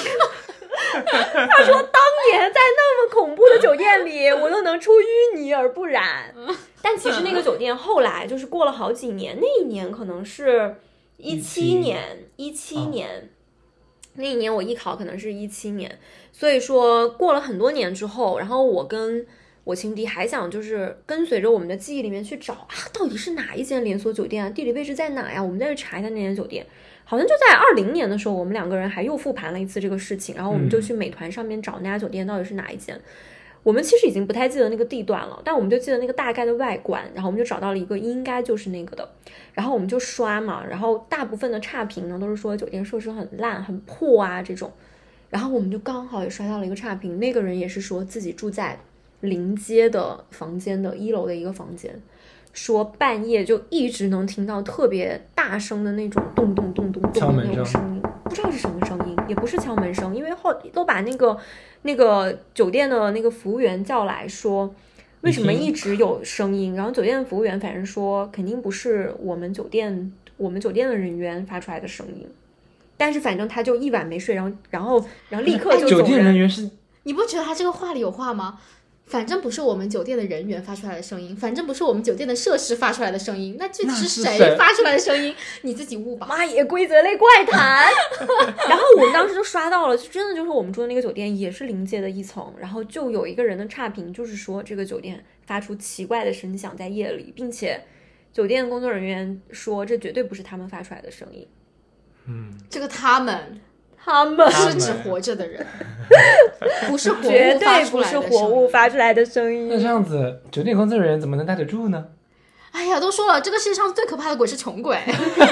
他说当年在那么恐怖的酒店里，我都能出淤泥而不染。但其实那个酒店后来就是过了好几年，那一年可能是一七年，一七年。哦，那一年我艺考可能是一七年，所以说过了很多年之后，然后我跟我情敌还想就是跟随着我们的记忆里面去找啊，到底是哪一间连锁酒店啊，地理位置在哪呀？我们再去查一下那间酒店。好像就在二零年的时候，我们两个人还又复盘了一次这个事情，然后我们就去美团上面找那家酒店到底是哪一间。嗯，我们其实已经不太记得那个地段了，但我们就记得那个大概的外观，然后我们就找到了一个应该就是那个的，然后我们就刷嘛，然后大部分的差评呢都是说酒店设施很烂很破啊这种，然后我们就刚好也刷到了一个差评，那个人也是说自己住在临街的房间的一楼的一个房间，说半夜就一直能听到特别大声的那种咚咚咚咚咚的那种声音，不知道是什么声音，也不是敲门声，因为后都把那个那个酒店的那个服务员叫来说为什么一直有声音，然后酒店的服务员反正说肯定不是我们酒店我们酒店的人员发出来的声音，但是反正他就一晚没睡，然后然后然后立刻就走人。 酒店人员是， 你不觉得他这个话里有话吗？反正不是我们酒店的人员发出来的声音，反正不是我们酒店的设施发出来的声音，那具体是谁发出来的声音你自己悟吧。 妈也规则类怪谈。然后我们当时就刷到了，就真的就是我们住的那个酒店也是临街的一层，然后就有一个人的差评，就是说这个酒店发出奇怪的声响在夜里，并且酒店工作人员说这绝对不是他们发出来的声音。 嗯， 这个他们他们是指活着的人，不是活物绝对不是活物发出来的声音。 那这样子，酒店工作人员怎么能待得住呢？ 哎呀，都说了，这个世界上最可怕的鬼是穷鬼。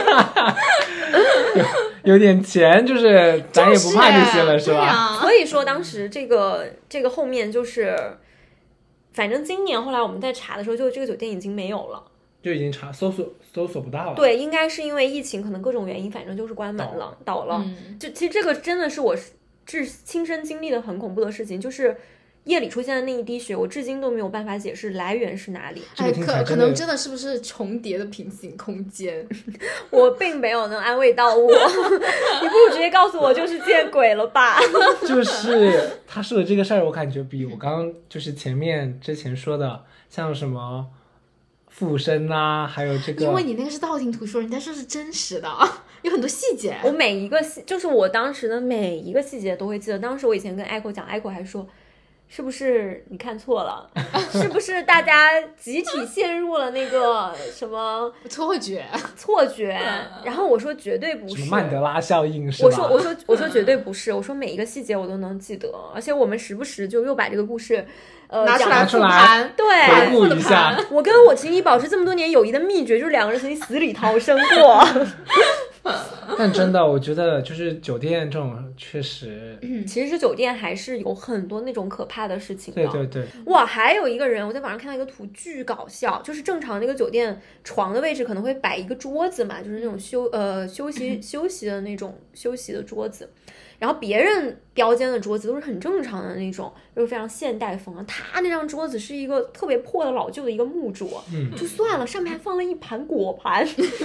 有, 有点钱，就是咱也不怕这些了， 是, 是吧？ 啊、所以说当时这个这个后面就是，反正今年后来我们在查的时候，就这个酒店已经没有了。 就已经查搜索搜索不到了。 对，应该是因为疫情，可能各种原因，反正就是关门了，倒了。嗯、就其实这个真的是我自亲身经历的很恐怖的事情，就是夜里出现的那一滴血，我至今都没有办法解释来源是哪里。 哎，可可能真的是不是重叠的平行空间？ 我并没有能安慰到我，你不如直接告诉我就是见鬼了吧。 就是他说的这个事儿，我感觉比我刚刚就是前面之前说的，像什么附身啊，还有这个， 因为你那个是道听途说，人家说是真实的，有很多细节。 我每一个细，就是我当时的每一个细节都会记得。当时我以前跟 Echo 讲 ，Echo 还说。是不是你看错了？是不是大家集体陷入了那个什么错觉？ 错觉？然后我说绝对不是， 什么曼德拉效应是吧？ 我说我说我说绝对不是，我说每一个细节我都能记得，而且我们时不时就又把这个故事呃拿出来复盘， 对， 回顾一下。 我跟我情谊保持这么多年友谊的秘诀，就是两个人曾经死里逃生过。 但真的，我觉得就是酒店这种确实， 嗯，其实酒店还是有很多那种可怕的事情的。 对对对， 哇，还有一个人，我在网上看到一个图，巨搞笑，就是正常那个酒店床的位置可能会摆一个桌子嘛，就是那种休呃休息休息的那种休息的桌子。然后别人标间的桌子都是很正常的那种，就是非常现代风啊。他那张桌子是一个特别破的老旧的一个木桌， 嗯， 就算了，上面还放了一盘果盘。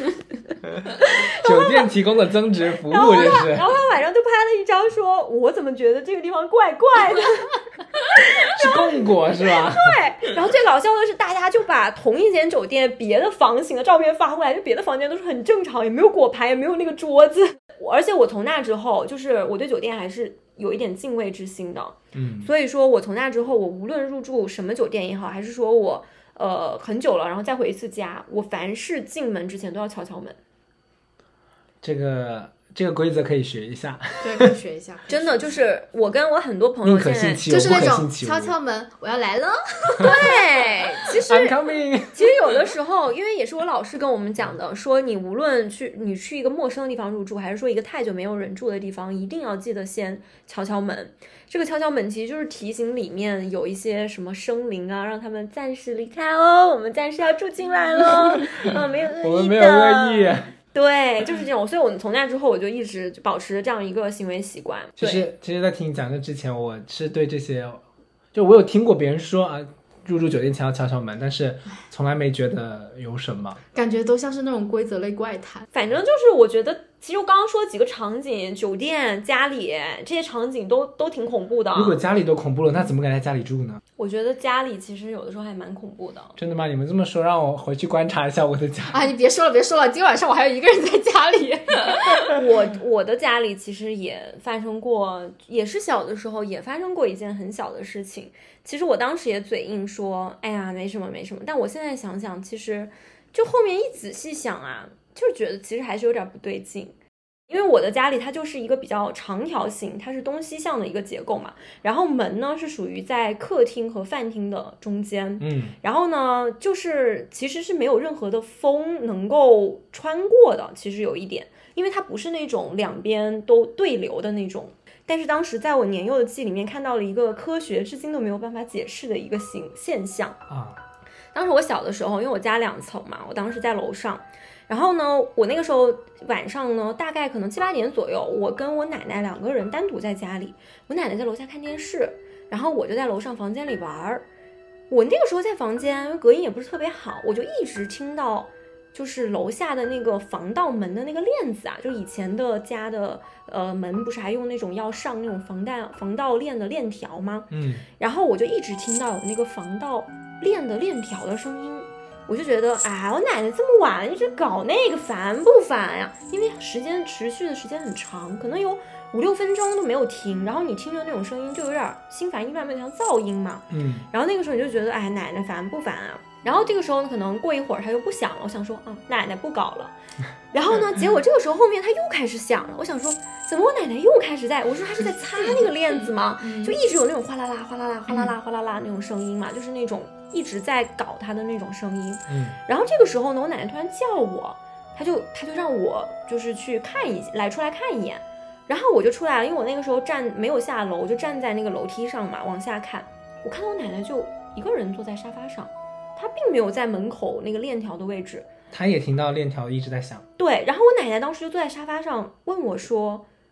酒店提供的增值服务，这是。 然后他晚上就拍了一张说，我怎么觉得这个地方怪怪的？ 是供果是吧？ 对。然后最搞笑的是，大家就把同一间酒店别的房型的照片发过来，就别的房间都是很正常，也没有果盘，也没有那个桌子。而且我从那之后，就是我对酒店还是有一点敬畏之心的， 嗯， 所以说我从那之后，我无论入住什么酒店也好，还是说我呃很久了，然后再回一次家，我凡是进门之前都要敲敲门。 这个这个规则可以学一下， 对，可以学一下。 真的就是我跟我很多朋友现在就是那种敲敲门，我要来了。 对，其实 I'm coming。 其实有的时候，因为也是我老师跟我们讲的，说你无论去你去一个陌生的地方入住，还是说一个太久没有人住的地方，一定要记得先敲敲门。这个敲敲门其实就是提醒里面有一些什么生灵啊，让他们暂时离开哦，我们暂时要住进来了，啊，没有恶意的， 我们没有恶意。 对，就是这种，所以我从那之后我就一直保持这样一个行为习惯。 其实，其实，在听你讲这之前，我是对这些，就我有听过别人说啊，入住酒店前要敲敲门，但是从来没觉得有什么， 感觉都像是那种规则类怪谈。 反正就是我觉得，其实我刚刚说几个场景，酒店、家里这些场景都都挺恐怖的。 如果家里都恐怖了，那怎么敢在家里住呢？ 我觉得家里其实有的时候还蛮恐怖的。 真的吗？你们这么说，让我回去观察一下我的家。 啊，你别说了，别说了，今晚上我还有一个人在家里。 我我的家里其实也发生过，也是小的时候也发生过一件很小的事情。其实我当时也嘴硬说，哎呀，没什么没什么。但我现在想想，其实就后面一仔细想啊，就是觉得其实还是有点不对劲。因为我的家里它就是一个比较长条形，它是东西向的一个结构嘛，然后门呢是属于在客厅和饭厅的中间， 嗯， 然后呢就是其实是没有任何的风能够穿过的，其实有一点，因为它不是那种两边都对流的那种。但是当时在我年幼的记忆里面看到了一个科学至今都没有办法解释的一个形现象啊。 当时我小的时候，因为我家两层嘛，我当时在楼上。然后呢，我那个时候晚上呢，大概可能七八点左右，我跟我奶奶两个人单独在家里，我奶奶在楼下看电视，然后我就在楼上房间里玩。我那个时候在房间，隔音也不是特别好，我就一直听到就是楼下的那个防盗门的那个链子啊，就以前的家的呃门不是还用那种要上那种防盗防盗链的链条吗？ 嗯， 然后我就一直听到有那个防盗链的链条的声音。我就觉得，哎，我奶奶这么晚一直搞那个烦不烦呀？因为时间持续的时间很长，可能有五六分钟都没有停，然后你听着那种声音就有点心烦意乱，有点像噪音嘛。 嗯， 然后那个时候你就觉得，哎，奶奶烦不烦啊？然后这个时候呢，可能过一会儿它就不响了，我想说，啊，奶奶不搞了。然后呢，结果这个时候后面它又开始响了，我想说，怎么我奶奶又开始在？我说她是在擦那个链子吗？就一直有那种哗啦啦、哗啦啦、哗啦啦、哗啦啦那种声音嘛，就是那种一直在搞它的那种声音。 嗯， 然后这个时候呢，我奶奶突然叫我，她就她就让我就是去看一来出来看一眼，然后我就出来了，因为我那个时候站没有下楼，我就站在那个楼梯上嘛，往下看，我看到我奶奶就一个人坐在沙发上，她并没有在门口那个链条的位置。 她也听到链条一直在响。 对，然后我奶奶当时就坐在沙发上问我说，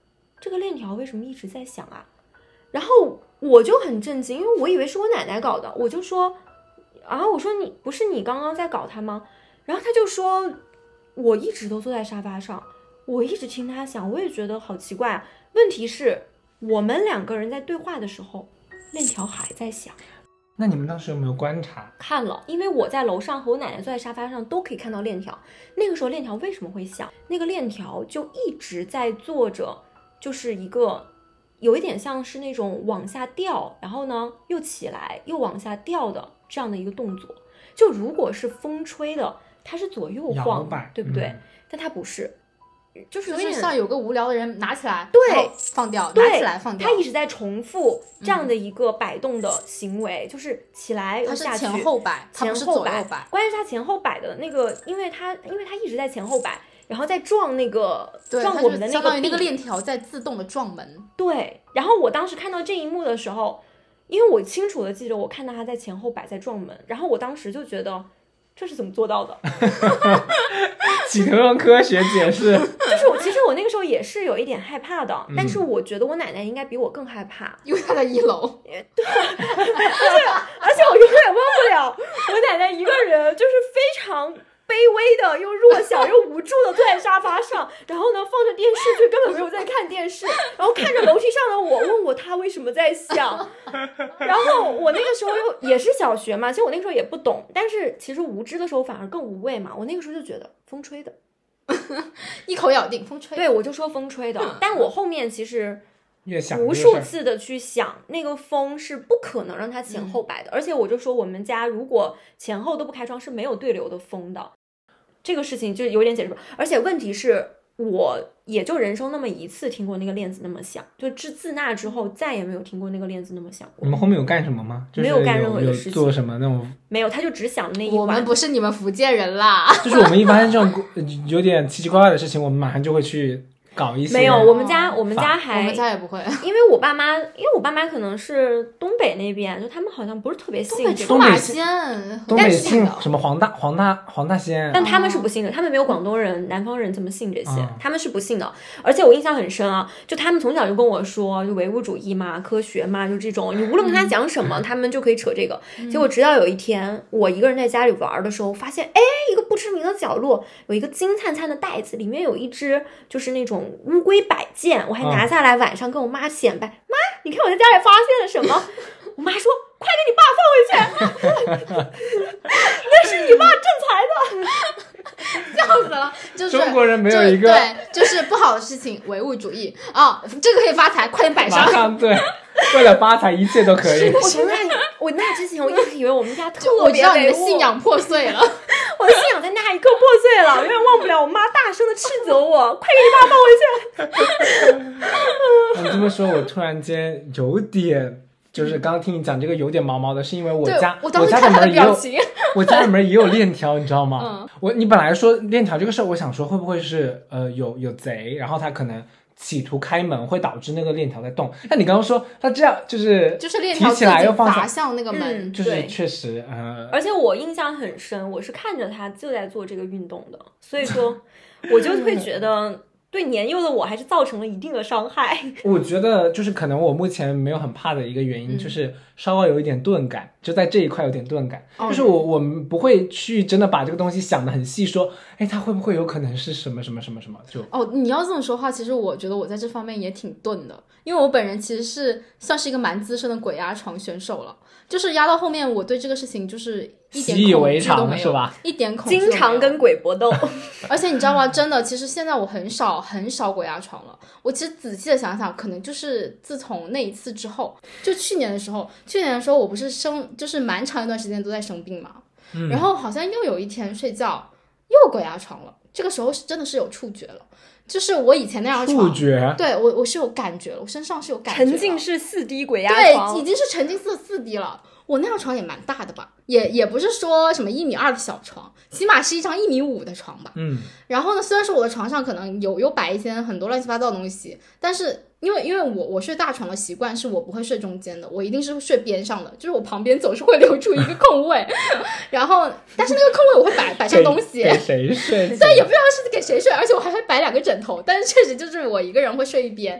这个链条为什么一直在响啊？然后我就很震惊，因为我以为是我奶奶搞的，我就说啊，我说你不是你刚刚在搞它吗？然后他就说我一直都坐在沙发上，我一直听他响，我也觉得好奇怪啊。问题是我们两个人在对话的时候，链条还在响。 那你们当时有没有观察？ 看了，因为我在楼上和我奶奶坐在沙发上都可以看到链条。那个时候链条为什么会响？那个链条就一直在做着，就是一个有一点像是那种往下掉，然后呢又起来又往下掉的这样的一个动作。就如果是风吹的，它是左右晃，对不对？嗯、但它不是。就是有点就是像有个无聊的人拿起来， 对， 放掉， 对， 拿起来放掉， 他一直在重复这样的一个摆动的行为，嗯、就是起来又下去， 它是前后摆， 前后摆，关键是他前后摆的那个，因为他因为他一直在前后摆，然后再撞那个撞我们的那个， 相当于那个链条在自动的撞门。 对，然后我当时看到这一幕的时候，因为我清楚的记得我看到他在前后摆在撞门，然后我当时就觉得。这是怎么做到的？ 企图用科学解释。 就是我，其实我那个时候也是有一点害怕的，嗯、但是我觉得我奶奶应该比我更害怕， 因为她在一楼。 对，而且而且我永远忘不了我奶奶一个人，就是非常卑微的又弱小又无助的坐在沙发上，然后呢放着电视，却根本没有在看电视，然后看着楼梯上的我，问我她为什么在想。然后我那个时候又也是小学嘛，其实我那个时候也不懂，但是其实无知的时候反而更无畏嘛。我那个时候就觉得风吹的， 一口咬定风吹。 对，我就说风吹的。但我后面其实越想无数次的去想，那个风是不可能让它前后摆的，嗯、而且我就说我们家如果前后都不开窗是没有对流的风的。这个事情就有点解释不了，而且问题是我也就人生那么一次听过那个链子那么响，就自自那之后再也没有听过那个链子那么响过。 你们后面有干什么吗？就是、 没有干任何的事情， 做什么那种？ 没有，他就只响那一晚。 我们不是你们福建人啦， 就是我们一般这种有点奇奇怪怪的事情，我们马上就会去搞一些。 没有，我们家我们家还我们家也不会， 因为我爸妈，因为我爸妈可能是东北那边，就他们好像不是特别信这个。 东北仙， 东北信什么黄大黄大黄大仙， 但他们是不信的，他们没有广东人、南方人这么信这些，嗯、他们是不信的。而且我印象很深啊，就他们从小就跟我说，就唯物主义嘛、科学嘛，就这种，你无论跟他讲什么，嗯、他们就可以扯这个。嗯、结果直到有一天，我一个人在家里玩的时候，发现，哎，一个不知名的角落有一个金灿灿的袋子，里面有一只就是那种乌龟摆件，我还拿下来晚上跟我妈显摆，妈，你看我在家里发现了什么？我妈说快给你爸放回去。那是你爸挣财的。笑死了，就是中国人没有一个对，就是不好的事情，唯物主义啊、哦，这个可以发财，快点摆上。 马上对，为了发财一切都可以。 我从那我那之前我一直以为我们家特别我知道你的信仰破碎了， 我的信仰在那一刻破碎了，永远忘不了我妈大声的斥责我，快给你爸放回去。你这么说，我突然间有点。就是刚刚听你讲这个有点毛毛的，是因为我家我我家的门也有，我家的门也有链条，你知道吗？ 嗯、 我你本来说链条这个事儿，我想说会不会是呃有有贼，然后他可能企图开门会导致那个链条在动。但你刚刚说他这样就是就是链条提起来又放砸向那个门， 嗯、 就是确实呃。 而且我印象很深，我是看着他就在做这个运动的，所以说我就会觉得。对年幼的我还是造成了一定的伤害。 我觉得就是可能我目前没有很怕的一个原因，就是稍微有一点钝感，嗯、就在这一块有点钝感，嗯、就是我我们不会去真的把这个东西想得很细，说，哎，它会不会有可能是什么什么什么什么？就哦，你要这么说话，其实我觉得我在这方面也挺钝的，因为我本人其实是算是一个蛮资深的鬼压床选手了，就是压到后面，我对这个事情就是一点习以为常，是吧？ 一点恐惧， 经常跟鬼搏斗。 而且你知道吗？真的，其实现在我很少很少鬼压床了。我其实仔细的想想，可能就是自从那一次之后，就去年的时候，去年的时候我不是生，就是蛮长一段时间都在生病嘛，嗯、然后好像又有一天睡觉又鬼压床了。这个时候是真的是有触觉了。就是我以前那张床， 触觉， 对我我是有感觉了，我身上是有感觉了， 沉浸式四 D 鬼压床，对，已经是沉浸式四 D 了。我那张床也蛮大的吧，也也不是说什么一米二的小床，起码是一张一米五的床吧。 嗯， 然后呢，虽然说我的床上可能有有摆一些很多乱七八糟的东西，但是因为因为我我睡大床的习惯是我不会睡中间的，我一定是睡边上的，就是我旁边总是会留出一个空位，然后但是那个空位我会摆摆上东西， 给谁睡？ 对，也不知道是给谁睡，而且我还会摆两个枕头，但是确实就是我一个人会睡一边。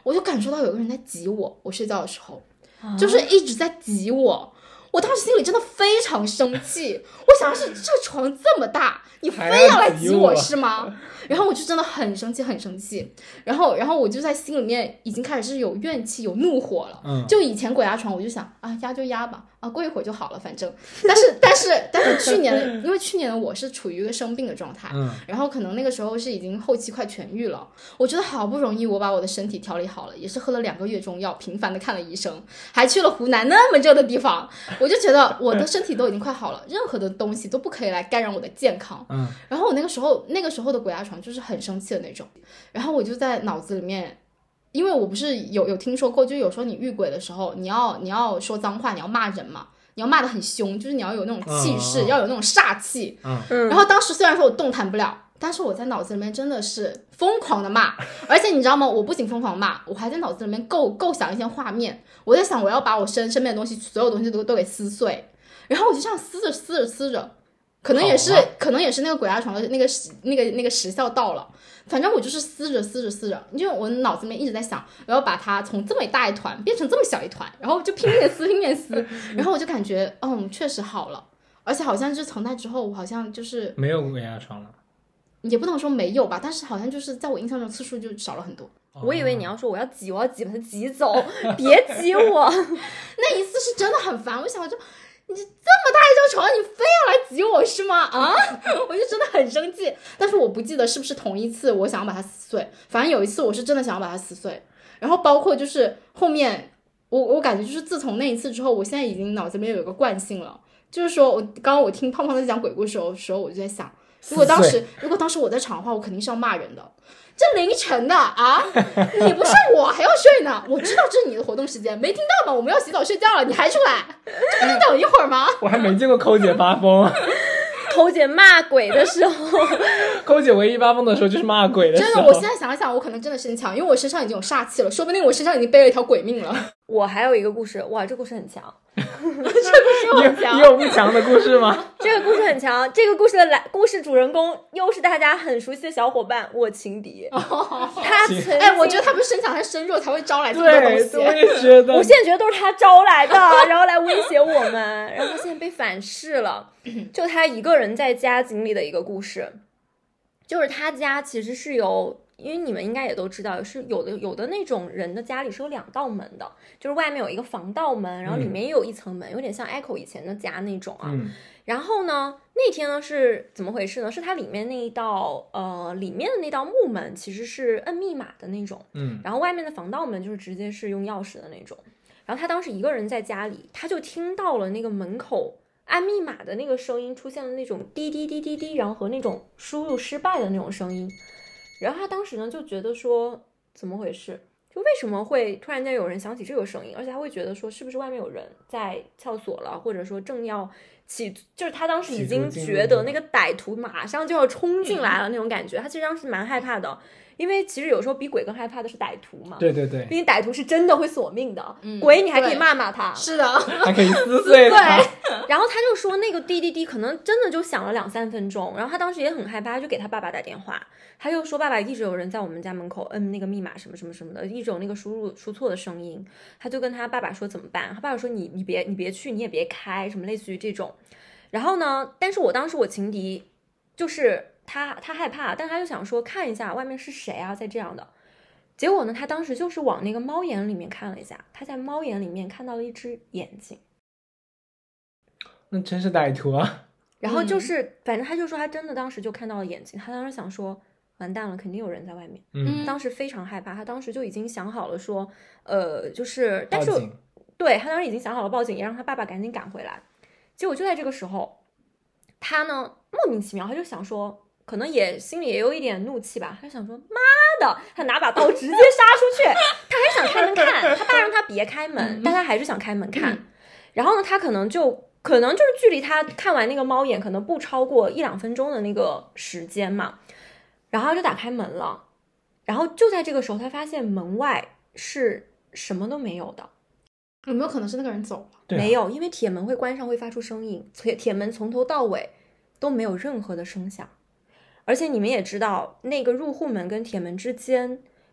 我就感受到有个人在挤我，我睡觉的时候，就是一直在挤我。我当时心里真的非常生气，我想的是这床这么大，你非要来挤我是吗？然后我就真的很生气很生气，然后然后我就在心里面已经开始是有怨气有怒火了。 嗯， 就以前鬼压床我就想啊压就压吧，啊过一会儿就好了反正。但是但是但是去年的因为去年的我是处于一个生病的状态， 嗯， 然后可能那个时候是已经后期快痊愈了，我觉得好不容易我把我的身体调理好了，也是喝了两个月中药，频繁的看了医生，还去了湖南那么热的地方，我就觉得我的身体都已经快好了，任何的东西都不可以来干扰我的健康。 嗯， 然后我那个时候那个时候的鬼压床就是很生气的那种，然后我就在脑子里面，因为我不是有有听说过，就有时候你遇鬼的时候，你要你要说脏话，你要骂人嘛，你要骂得很凶，就是你要有那种气势， 嗯、 要有那种煞气。 嗯， 然后当时虽然说我动弹不了，但是我在脑子里面真的是疯狂的骂，而且你知道吗？我不仅疯狂骂，我还在脑子里面构构想一些画面，我在想我要把我身身边的东西，所有东西都都给撕碎，然后我就这样撕着撕着撕着。可能也是，可能也是那个鬼压床的那个那个那个时效到了，反正我就是撕着撕着撕着，因为我脑子里面一直在想，我要把它从这么大一团变成这么小一团，然后就拼命的撕，拼命的撕，然后我就感觉，嗯，确实好了，而且好像是从那之后，我好像就是没有鬼压床了， 也不能说没有吧，但是好像就是在我印象中次数就少了很多。 我以为你要说我要挤，我要挤把它挤走，别挤我。 那一次是真的很烦，我想着。你这么大一张床，你非要来挤我是吗？啊，我就真的很生气。但是我不记得是不是同一次我想要把它撕碎，反正有一次我是真的想要把它撕碎。然后包括就是后面，我我感觉就是自从那一次之后，我现在已经脑子里面有一个惯性了，就是说我刚刚我听胖胖在讲鬼故事的时候，我就在想，如果当时如果当时我在场的话，我肯定是要骂人的。这凌晨的啊，你不睡我还要睡呢，我知道这是你的活动时间，没听到吗？我们要洗澡睡觉了，你还出来，这不能等一会儿吗？ 我还没见过抠姐发疯。 抠姐骂鬼的时候， 抠姐唯一发疯的时候就是骂鬼的时候。 真的，我现在想想，我可能真的身强，因为我身上已经有煞气了，说不定我身上已经背了一条鬼命了。 我还有一个故事，哇，这故事很强。 这个故事很强。 你有不强的故事吗？ 这个故事很强，这个故事的来故事主人公又是大家很熟悉的小伙伴，我情敌。 哦、 他曾经， 哎，我觉得他不是身强，他身弱才会招来这么多东西。 对，我也觉得。 我现在觉得都是他招来的，然后来威胁我们，然后现在被反噬了。就他一个人在家经历的一个故事，就是他家其实是有。因为你们应该也都知道，是有的有的那种人的家里是有两道门的，就是外面有一个防盗门，然后里面也有一层门，嗯、有点像 Echo 以前的家那种啊。 嗯、 然后呢，那天呢是怎么回事呢？是它里面那一道呃里面的那道木门其实是摁密码的那种， 嗯， 然后外面的防盗门就是直接是用钥匙的那种。然后他当时一个人在家里，他就听到了那个门口按密码的那个声音出现了那种滴滴滴滴滴，然后和那种输入失败的那种声音。然后他当时呢就觉得说怎么回事，就为什么会突然间有人响起这个声音，而且他会觉得说是不是外面有人在撬锁了，或者说正要起，就是他当时已经觉得那个歹徒马上就要冲进来了那种感觉，他其实当时蛮害怕的，因为其实有时候比鬼更害怕的是歹徒嘛。 对对对， 毕竟歹徒是真的会索命的， 嗯、 鬼你还可以骂骂他， 是的， 还可以撕碎他。 然后他就说那个滴滴滴可能真的就响了两三分钟，然后他当时也很害怕，就给他爸爸打电话，他就说爸爸一直有人在我们家门口摁那个密码什么什么什么的，一直有那个输入输错的声音，他就跟他爸爸说怎么办，他爸爸说你你别你别去，你也别开，什么类似于这种。然后呢，但是我当时我情敌就是他他害怕，但他就想说看一下外面是谁啊在这样的。结果呢，他当时就是往那个猫眼里面看了一下，他在猫眼里面看到了一只眼睛。 那真是歹徒啊！ 然后就是，嗯、反正他就说他真的当时就看到了眼睛，他当时想说完蛋了，肯定有人在外面。 嗯， 当时非常害怕，他当时就已经想好了说，呃，就是，但是对他当时已经想好了报警，也让他爸爸赶紧赶回来。结果就在这个时候，他呢莫名其妙，他就想说，可能也心里也有一点怒气吧，他就想说妈的，他拿把刀直接杀出去，他还想开门看，他爸让他别开门，但他还是想开门看。嗯、然后呢，他可能就。可能就是距离他看完那个猫眼可能不超过一两分钟的那个时间嘛，然后就打开门了，然后就在这个时候他发现门外是什么都没有的。 有没有可能是那个人走了？ 没有，因为铁门会关上会发出声音，铁铁门从头到尾都没有任何的声响，而且你们也知道那个入户门跟铁门之间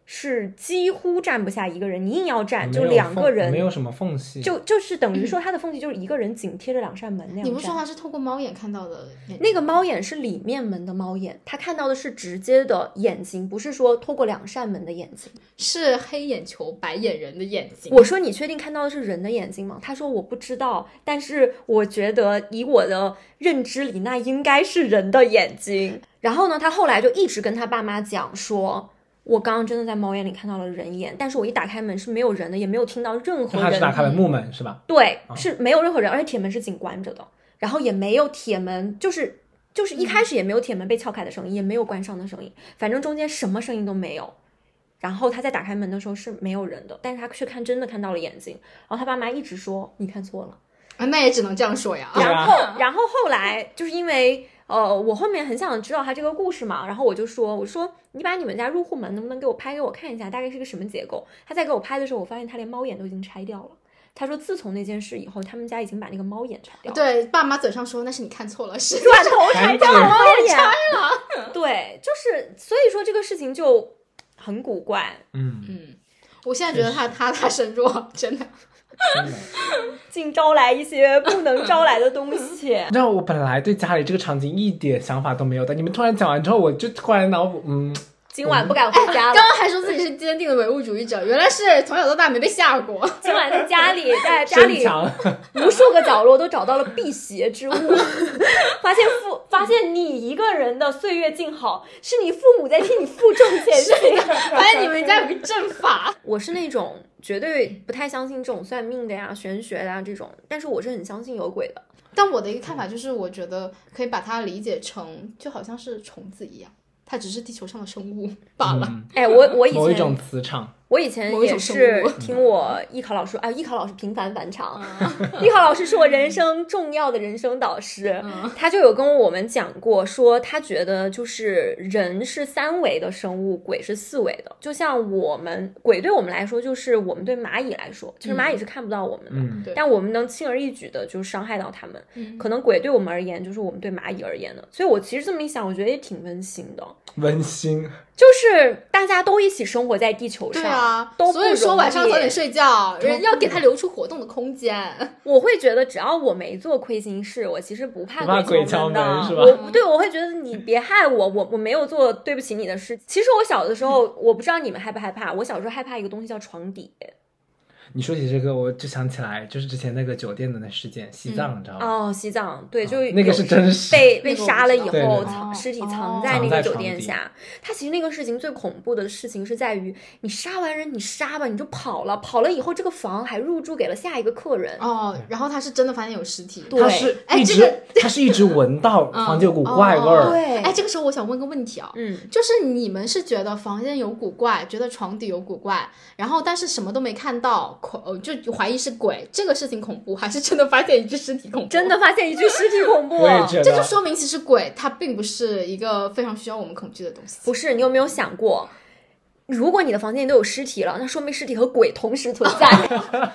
是几乎站不下一个人，你硬要站就没有两个人， 缝没有什么缝隙， 就就是等于说它的缝隙就是一个人紧贴着两扇门那样站。 你不是说他是透过猫眼看到的眼睛？ 那个猫眼是里面门的猫眼，他看到的是直接的眼睛，不是说透过两扇门的眼睛， 是黑眼球白眼人的眼睛。 我说你确定看到的是人的眼睛吗？他说我不知道，但是我觉得以我的认知里那应该是人的眼睛。然后呢，他后来就一直跟他爸妈讲说，我刚刚真的在猫眼里看到了人眼，但是我一打开门是没有人的，也没有听到任何人。 他是打开了木门是吧？ 对， 啊、 是没有任何人，而且铁门是紧关着的，然后也没有铁门，就是就是一开始也没有铁门被撬开的声音，也没有关上的声音，反正中间什么声音都没有。然后他在打开门的时候是没有人的，但是他却看真的看到了眼睛。然后他爸妈一直说你看错了， 啊，那也只能这样说呀。 然后然后后来就是因为呃，我后面很想知道他这个故事嘛，然后我就说，我说你把你们家入户门能不能给我拍给我看一下，大概是个什么结构？他在给我拍的时候，我发现他连猫眼都已经拆掉了。他说自从那件事以后，他们家已经把那个猫眼拆掉了。 对，爸妈嘴上说那是你看错了，是转头拆掉了猫眼，拆了。对，就是所以说这个事情就很古怪。 嗯嗯，我现在觉得他踏踏实弱，真的。 竟招来一些不能招来的东西。 让我本来对家里这个场景一点想法都没有的，你们突然讲完之后，我就突然脑补，嗯， 今晚不敢回家了。 刚刚还说自己是坚定的唯物主义者，原来是从小到大没被吓过。 今晚在家里，在家里无数个角落都找到了辟邪之物，发现父发现你一个人的岁月静好，是你父母在替你负重前行。 发现你们家有个阵法。 我是那种绝对不太相信这种算命的呀、玄学的呀这种，但是我是很相信有鬼的。 但我的一个看法就是，我觉得可以把它理解成就好像是虫子一样，它只是地球上的生物罢了。 嗯、 哎，我我以前某一种磁场。 我以前也是听我艺考老师啊，艺考老师频繁返场。艺考老师是我人生重要的人生导师， 嗯、 他就有跟我们讲过，说他觉得就是人是三维的生物，鬼是四维的。就像我们鬼对我们来说，就是我们对蚂蚁来说，其实蚂蚁是看不到我们的， 嗯、 但我们能轻而易举的就伤害到他们。 嗯、 可能鬼对我们而言，就是我们对蚂蚁而言的。所以我其实这么一想，我觉得也挺温馨的。 温馨。 就是大家都一起生活在地球上， 对啊， 都所以说晚上早点睡觉，人要给他留出活动的空间。 我会觉得只要我没做亏心事，我其实不怕鬼敲门的。 门是吧？ 我对我会觉得你别害我，我我没有做对不起你的事。其实我小的时候，嗯、我不知道你们害不害怕，我小时候害怕一个东西叫床底。 你说起这个，我就想起来，就是之前那个酒店的那事件，西藏， 嗯、 你知道吗？ 哦，西藏，对，就、 哦、那个是真实被被杀了以后， 对对藏尸体藏在那个酒店下。他其实那个事情最恐怖的事情是在于，你杀完人，你杀吧，你就跑了，跑了以后，这个房还入住给了下一个客人。 哦，然后他是真的发现有尸体， 对， 他是一直、哎这个、他是一直闻到房间有股怪味儿、 嗯哦。 对， 哎，这个时候我想问个问题啊， 嗯， 就是你们是觉得房间有古怪，觉得床底有古怪，然后但是什么都没看到，恐就。怀疑是鬼，这个事情恐怖，还是真的发现一具尸体恐怖？ 真的发现一具尸体恐怖， 我也觉得这就说明其实鬼它并不是一个非常需要我们恐惧的东西。 不是，你有没有想过，如果你的房间里都有尸体了，那说明尸体和鬼同时存在。好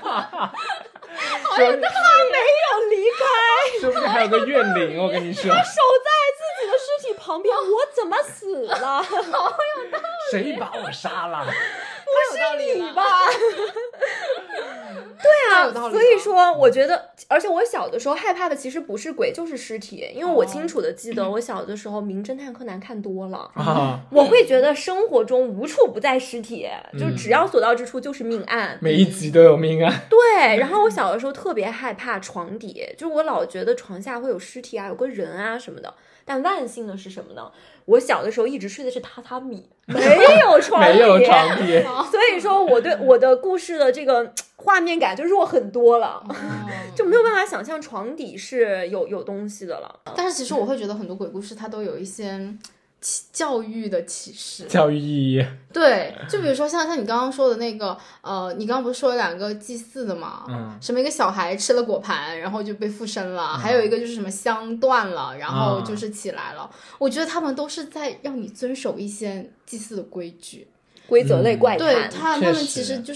像他没有离开， 说不定还有个怨灵。我跟你说， 他守在自己的尸体旁边，我怎么死了？好有道理， 谁把我杀了？ 不是你吧？对啊，所以说我觉得，而且我小的时候害怕的其实不是鬼，就是尸体，因为我清楚的记得我小的时候名侦探柯南看多了， 啊、 我会觉得生活中无处不在尸体， 嗯、 就只要所到之处就是命案， 每一集都有命案。 对，然后我小的时候特别害怕床底，就我老觉得床下会有尸体啊，有个人啊什么的。但万幸的是什么呢？我小的时候一直睡的是榻榻米，没有床底， 没有床底。 所以说我对我的故事的这个画面感就弱很多了， 哦、 就没有办法想象床底是有有东西的了。 但是其实我会觉得很多鬼故事它都有一些教育的启示， 教育意义。 对，就比如说像像你刚刚说的那个，呃，你刚刚不是说了两个祭祀的嘛？ 嗯， 什么一个小孩吃了果盘，然后就被附身了，嗯、还有一个就是什么香断了，然后就是起来了。嗯、我觉得他们都是在让你遵守一些祭祀的规矩。 规则类怪谈， 对他他们其实就是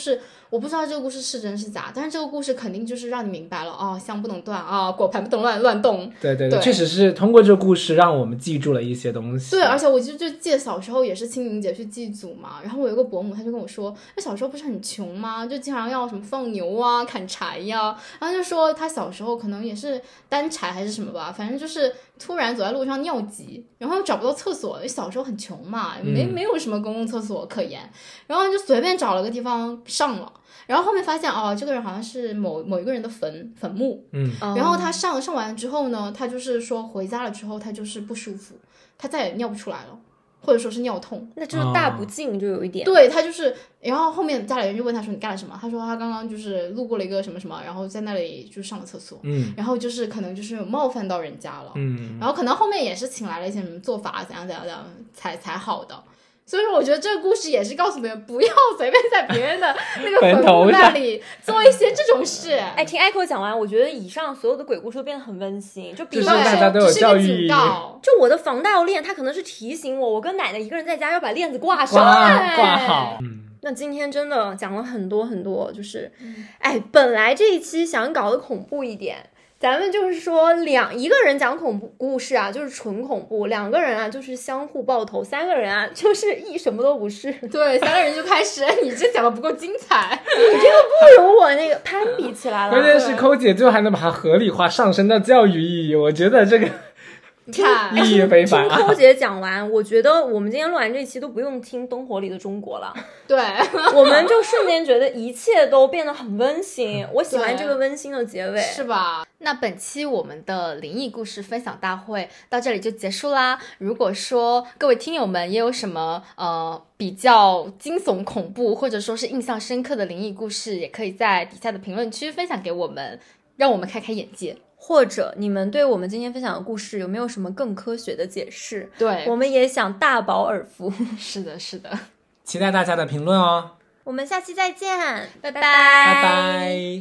我不知道这个故事是真是假，但是这个故事肯定就是让你明白了哦，香不能断啊，果盘不能乱乱动。 对对对， 确实是通过这个故事让我们记住了一些东西。 对，而且我就就记得小时候也是清明节去祭祖嘛，然后我有个伯母，她就跟我说，那小时候不是很穷吗？就经常要什么放牛啊、砍柴呀、啊，然后就说她小时候可能也是担柴还是什么吧，反正就是突然走在路上尿急，然后又找不到厕所，小时候很穷嘛，没没有什么公共厕所可言，然后就随便找了个地方上了。然后后面发现哦，这个人好像是某某一个人的坟坟墓， 嗯， 然后他上上完之后呢，他就是说回家了之后，他就是不舒服，他再也尿不出来了，或者说是尿痛， 那就是大不敬，就有一点。 对，他就是，然后后面家里人就问他说你干了什么？他说他刚刚就是路过了一个什么什么，然后在那里就上了厕所， 嗯， 然后就是可能就是有冒犯到人家了， 嗯， 然后可能后面也是请来了一些什么做法怎样怎样怎样才才好的。所以说我觉得这个故事也是告诉别人不要随便在别人的那个坟墓那里做一些这种事。 哎，听 Echo 讲完，我觉得以上所有的鬼故事都变得很温馨，就比方说大家都有教育意义。 就我的防盗链，它可能是提醒我，我跟奶奶一个人在家要把链子挂上， 挂挂好。嗯， 那今天真的讲了很多很多，就是，哎，本来这一期想搞得恐怖一点。咱们就是说两一个人讲恐怖故事啊，就是纯恐怖；两个人啊，就是相互爆头；三个人啊，就是一什么都不是。 对，三个人就开始，你这讲的不够精彩， 你这个不如我那个攀比起来了。 关键是抠姐最后还能把它合理化，上升到教育意义，我觉得这个。意义非凡啊！ 听抠姐讲完，我觉得我们今天录完这期都不用听《灯火里的中国》了。 对， 我们就瞬间觉得一切都变得很温馨。我喜欢这个温馨的结尾， 是吧？那本期我们的灵异故事分享大会到这里就结束啦。如果说各位听友们也有什么呃比较惊悚恐怖或者说是印象深刻的灵异故事，也可以在底下的评论区分享给我们，让我们开开眼界。 或者你们对我们今天分享的故事有没有什么更科学的解释？ 对， 我们也想大饱耳福。 是的，是的， 期待大家的评论哦。 我们下期再见，拜拜拜拜。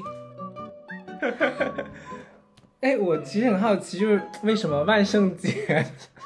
哎，我其实很好奇，就是为什么万圣节？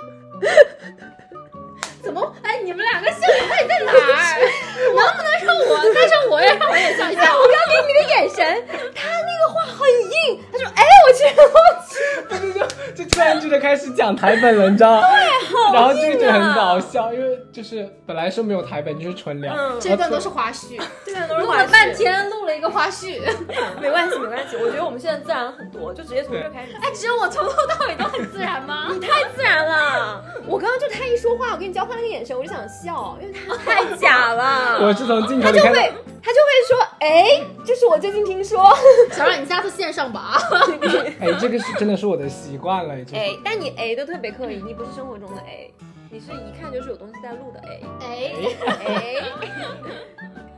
怎么？哎，你们两个笑点到底在哪儿？能不能让我带上我也让我也笑一笑？ 我刚给你那个眼神，他那个话很硬。他说：“哎，我去，我去。”就就突然就就开始讲台本了，你知道吗？ 对， 然后就就很搞笑，因为就是本来是没有台本，就是纯聊。 嗯、 这段都是花絮， 这段都是花絮。录了半天，录了一个花絮。 没关系，没关系。我觉得我们现在自然了很多，就直接从这开始。 哎，只有我从头到尾都很自然吗？ 你太自然了。我刚刚就他一说话，我跟你交换那个眼神，我就想笑，因为他太假了。 我是从镜头里看到。 他就会，他就会说：“哎，这是我最近听说。” 小冉，你下次线上吧。 哎，这个是真的是我的习惯了，已经。 哎，但你哎的特别刻意，你不是生活中的哎，你是一看就是有东西在录的哎。 哎哎。